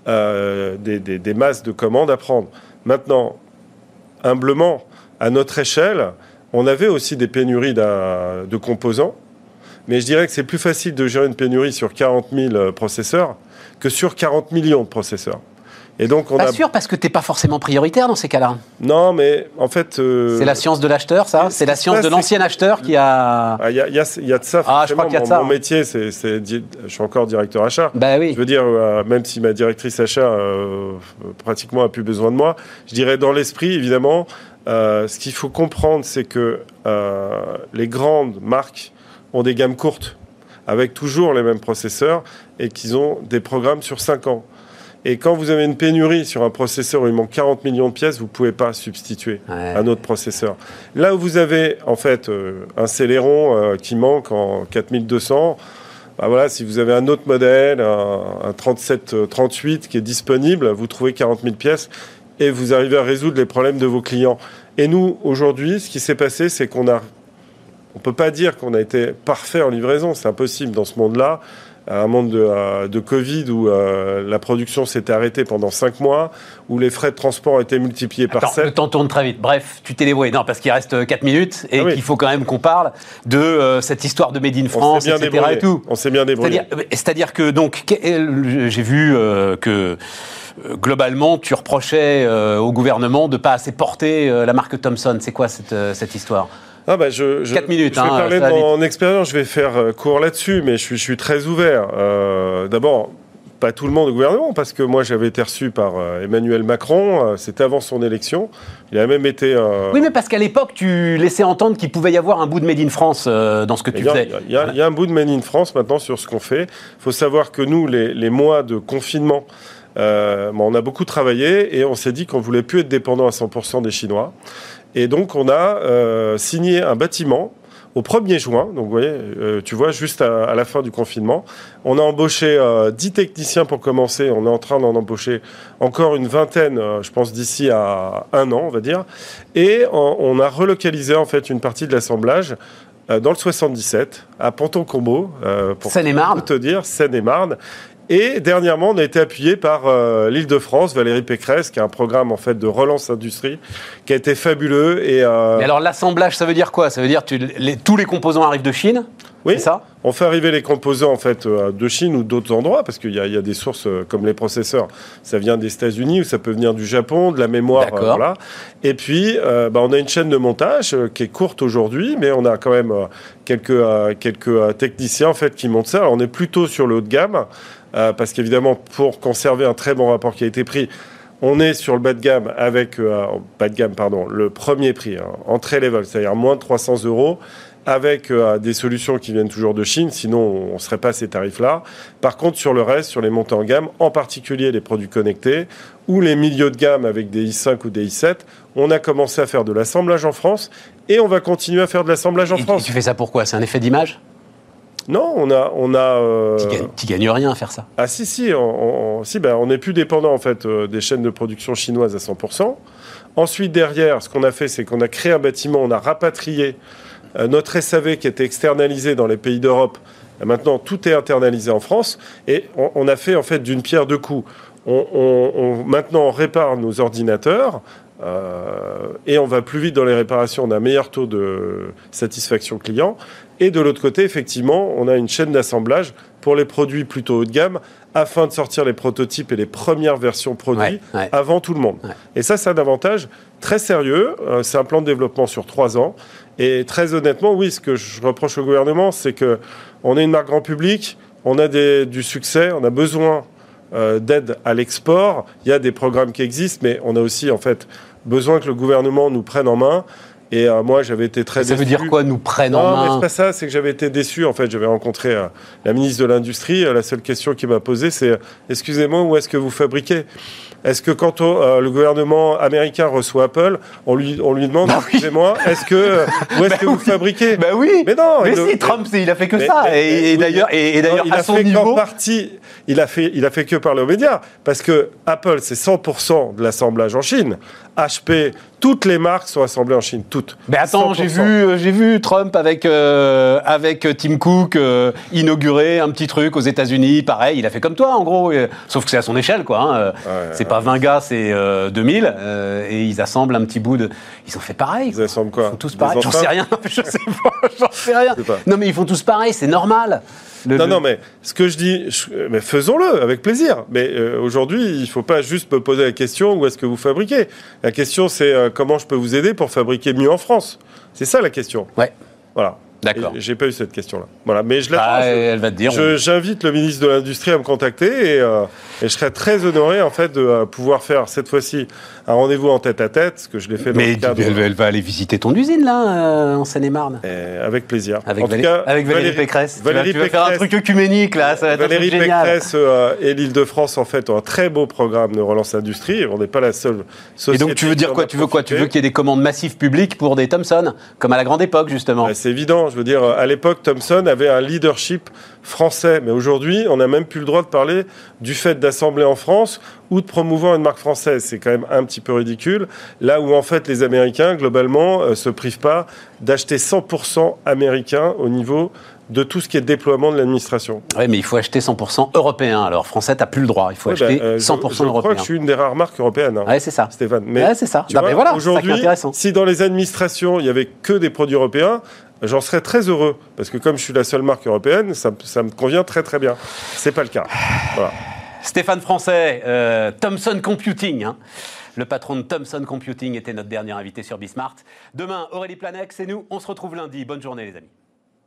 euh, des, des, des masses de commandes à prendre. Maintenant, humblement, à notre échelle, on avait aussi des pénuries de composants, mais je dirais que c'est plus facile de gérer une pénurie sur quarante mille processeurs que sur quarante millions de processeurs. Et donc on pas a... sûr, parce que tu n'es pas forcément prioritaire dans ces cas-là. Non, mais en fait... Euh... C'est la science de l'acheteur, ça ? C'est la science de l'ancien acheteur qui a... Il ah, y, a, y, a, y a de ça, ah, je crois qu'il y a de mon, ça. Mon métier, c'est, c'est... Je suis encore directeur achat. Bah oui. Je veux dire, euh, même si ma directrice achat, euh, pratiquement, a plus besoin de moi, je dirais dans l'esprit, évidemment, euh, ce qu'il faut comprendre, c'est que euh, les grandes marques ont des gammes courtes, avec toujours les mêmes processeurs, et qu'ils ont des programmes sur cinq ans. Et quand vous avez une pénurie sur un processeur où il manque quarante millions de pièces, vous ne pouvez pas substituer ouais. un autre processeur. Là où vous avez en fait euh, un Celeron euh, qui manque en quatre mille deux cents, bah voilà, si vous avez un autre modèle, un, un trente-sept trente-huit qui est disponible, vous trouvez quarante mille pièces et vous arrivez à résoudre les problèmes de vos clients. Et nous, aujourd'hui, ce qui s'est passé, c'est qu'on a... On ne peut pas dire qu'on a été parfait en livraison, c'est impossible dans ce monde-là. Un monde de, euh, de Covid où euh, la production s'était arrêtée pendant cinq mois, où les frais de transport étaient multipliés Attends, par sept. Le temps tourne très vite. Bref, tu t'es débrouillé. Non, parce qu'il reste quatre minutes et ah oui. qu'il faut quand même qu'on parle de euh, cette histoire de Made in France, et cetera. Et tout. On s'est bien débrouillé. C'est-à-dire, c'est-à-dire que, donc, j'ai vu euh, que... Globalement, tu reprochais euh, au gouvernement de ne pas assez porter euh, la marque Thomson. C'est quoi cette, euh, cette histoire ? Ah bah je, je, quatre minutes, je vais hein, parler de mon expérience, je vais faire court là-dessus, mais je suis, je suis très ouvert. Euh, d'abord, pas tout le monde au gouvernement, parce que moi j'avais été reçu par euh, Emmanuel Macron, euh, c'était avant son élection. Il a même été... Euh... Oui, mais parce qu'à l'époque, tu laissais entendre qu'il pouvait y avoir un bout de Made in France euh, dans ce que tu faisais. Il y, y, y a un bout de Made in France maintenant sur ce qu'on fait. Il faut savoir que nous, les, les mois de confinement, Euh, bon, on a beaucoup travaillé et on s'est dit qu'on ne voulait plus être dépendant à cent pour cent des Chinois. Et donc, on a euh, signé un bâtiment au premier juin. Donc, vous voyez, euh, tu vois, juste à, à la fin du confinement. On a embauché euh, dix techniciens pour commencer. On est en train d'en embaucher encore une vingtaine, euh, je pense, d'ici à un an, on va dire. Et on, on a relocalisé, en fait, une partie de l'assemblage dans le soixante-dix-sept, à Ponton-Combault, euh, pour Seine-et-Marne. tout te dire, Seine-et-Marne. Et dernièrement, on a été appuyé par euh, l'Île-de-France, Valérie Pécresse, qui a un programme en fait de relance industrie, qui a été fabuleux. Et, euh... et alors l'assemblage, ça veut dire quoi? Ça veut dire que les, tous les composants arrivent de Chine? Oui, c'est ça? On fait arriver les composants en fait de Chine ou d'autres endroits, parce qu'il y, y a des sources comme les processeurs, ça vient des États-Unis ou ça peut venir du Japon, de la mémoire, euh, voilà. Et puis, euh, bah, on a une chaîne de montage euh, qui est courte aujourd'hui, mais on a quand même euh, quelques euh, quelques euh, techniciens en fait qui montent ça. Alors, on est plutôt sur le haut de gamme, euh, parce qu'évidemment, pour conserver un très bon rapport qualité-prix, on est sur le bas de gamme avec euh, bas de gamme, pardon, le premier prix, hein, entrée level, c'est-à-dire moins de trois cents euros. Avec euh, des solutions qui viennent toujours de Chine, sinon on ne serait pas à ces tarifs-là. Par contre, sur le reste, sur les montées en gamme, en particulier les produits connectés ou les milieux de gamme avec des i cinq ou des i sept, on a commencé à faire de l'assemblage en France et on va continuer à faire de l'assemblage en et, France. Et tu fais ça pourquoi? C'est un effet d'image? Non, on a... On a euh... Tu gagnes, tu gagnes rien à faire ça. Ah si, si, on, on, si ben, on n'est plus dépendant en fait, euh, des chaînes de production chinoises à cent pour cent. Ensuite, derrière, ce qu'on a fait, c'est qu'on a créé un bâtiment, on a rapatrié notre S A V qui était externalisé dans les pays d'Europe. Maintenant, tout est internalisé en France et on, on a fait en fait d'une pierre deux coups. On, on, on, maintenant, on répare nos ordinateurs euh, et on va plus vite dans les réparations. On a un meilleur taux de satisfaction client. Et de l'autre côté, effectivement, on a une chaîne d'assemblage pour les produits plutôt haut de gamme afin de sortir les prototypes et les premières versions produits ouais, ouais. avant tout le monde. Ouais. Et ça, c'est un avantage très sérieux. Euh, c'est un plan de développement sur trois ans. Et très honnêtement, oui, ce que je reproche au gouvernement, c'est qu'on est une marque grand public, on a des, du succès, on a besoin euh, d'aide à l'export. Il y a des programmes qui existent, mais on a aussi en fait besoin que le gouvernement nous prenne en main. Et euh, moi, j'avais été très ça déçu. Ça veut dire quoi, nous prennent en main? main? Non, mais c'est pas ça, c'est que j'avais été déçu. En fait, j'avais rencontré euh, la ministre de l'Industrie. Euh, la seule question qu'il m'a posée, c'est « Excusez-moi, où est-ce que vous fabriquez ?» Est-ce que quand on, euh, le gouvernement américain reçoit Apple, on lui, on lui demande, bah oui. excusez-moi, est-ce que, euh, où est-ce bah que oui. vous fabriquez? Ben bah oui. Mais non. Mais il, si, mais, Trump, il a fait que mais, ça. Mais, et, et, oui, d'ailleurs, et, et d'ailleurs, non, à son niveau, partie, il a fait, il a fait que parler aux médias, parce que Apple, c'est cent pour cent de l'assemblage en Chine. H P, toutes les marques sont assemblées en Chine, toutes. Mais attends, j'ai vu, euh, j'ai vu Trump avec euh, avec Tim Cook euh, inaugurer un petit truc aux États-Unis. Pareil, il a fait comme toi, en gros. Et, sauf que c'est à son échelle, quoi. Hein. Ouais, c'est ouais. pas vingt gars, c'est euh, deux mille, euh, et ils assemblent un petit bout de. Ils ont fait pareil. Ils assemblent quoi? Ils font tous pareil. J'en sais rien. Je sais pas. J'en sais rien. Pas. Non, mais ils font tous pareil. C'est normal. Le, non, le... non, mais ce que je dis, je, mais faisons-le avec plaisir. Mais euh, aujourd'hui, il ne faut pas juste me poser la question où est-ce que vous fabriquez. La question, c'est euh, comment je peux vous aider pour fabriquer mieux en France. C'est ça la question. Ouais. Voilà. D'accord. J'ai pas eu cette question-là. Voilà. Mais je l'attends. Ah, elle va te dire. Je, j'invite le ministre de l'Industrie à me contacter et, euh, et je serais très honoré en fait de euh, pouvoir faire cette fois-ci un rendez-vous en tête-à-tête, ce que je l'ai fait dans mais le cadre. Mais elle, elle va aller visiter ton usine là, euh, en Seine-et-Marne. Et avec plaisir. Avec, en Valé- tout cas, avec Valérie, Valérie Pécresse. Valérie tu vas, tu vas Pécresse, faire un truc œcuménique là, ça va être Valérie un truc génial. Pécresse euh, et l'Île-de-France en fait ont un très beau programme de relance industrie. On n'est pas la seule société. Et donc tu veux dire quoi? Tu veux quoi? Tu veux qu'il y ait des commandes massives publiques pour des Thomson, comme à la grande époque justement? Ouais, c'est évident. Je veux dire, à l'époque, Thomson avait un leadership français, mais aujourd'hui, on n'a même plus le droit de parler du fait d'assembler en France ou de promouvoir une marque française. C'est quand même un petit peu ridicule. Là où, en fait, les Américains, globalement, euh, se privent pas d'acheter cent pour cent américain au niveau de tout ce qui est déploiement de l'administration. Oui, mais il faut acheter cent pour cent européen. Alors, français, tu n'as plus le droit. Il faut ouais, acheter bah, euh, cent pour cent je, je européen. Je crois que je suis une des rares marques européennes. Hein, oui, c'est ça. Stéphane. Mais ouais, c'est ça. Tu vois, ben voilà, aujourd'hui, c'est intéressant. Si dans les administrations, il n'y avait que des produits européens, j'en serais très heureux. Parce que comme je suis la seule marque européenne, ça, ça me convient très très bien. Ce n'est pas le cas. Voilà. Stéphane Français, euh, Thomson Computing, hein. Le patron de Thomson Computing était notre dernier invité sur Bismart. Demain, Aurélie Planex et nous, on se retrouve lundi. Bonne journée les amis.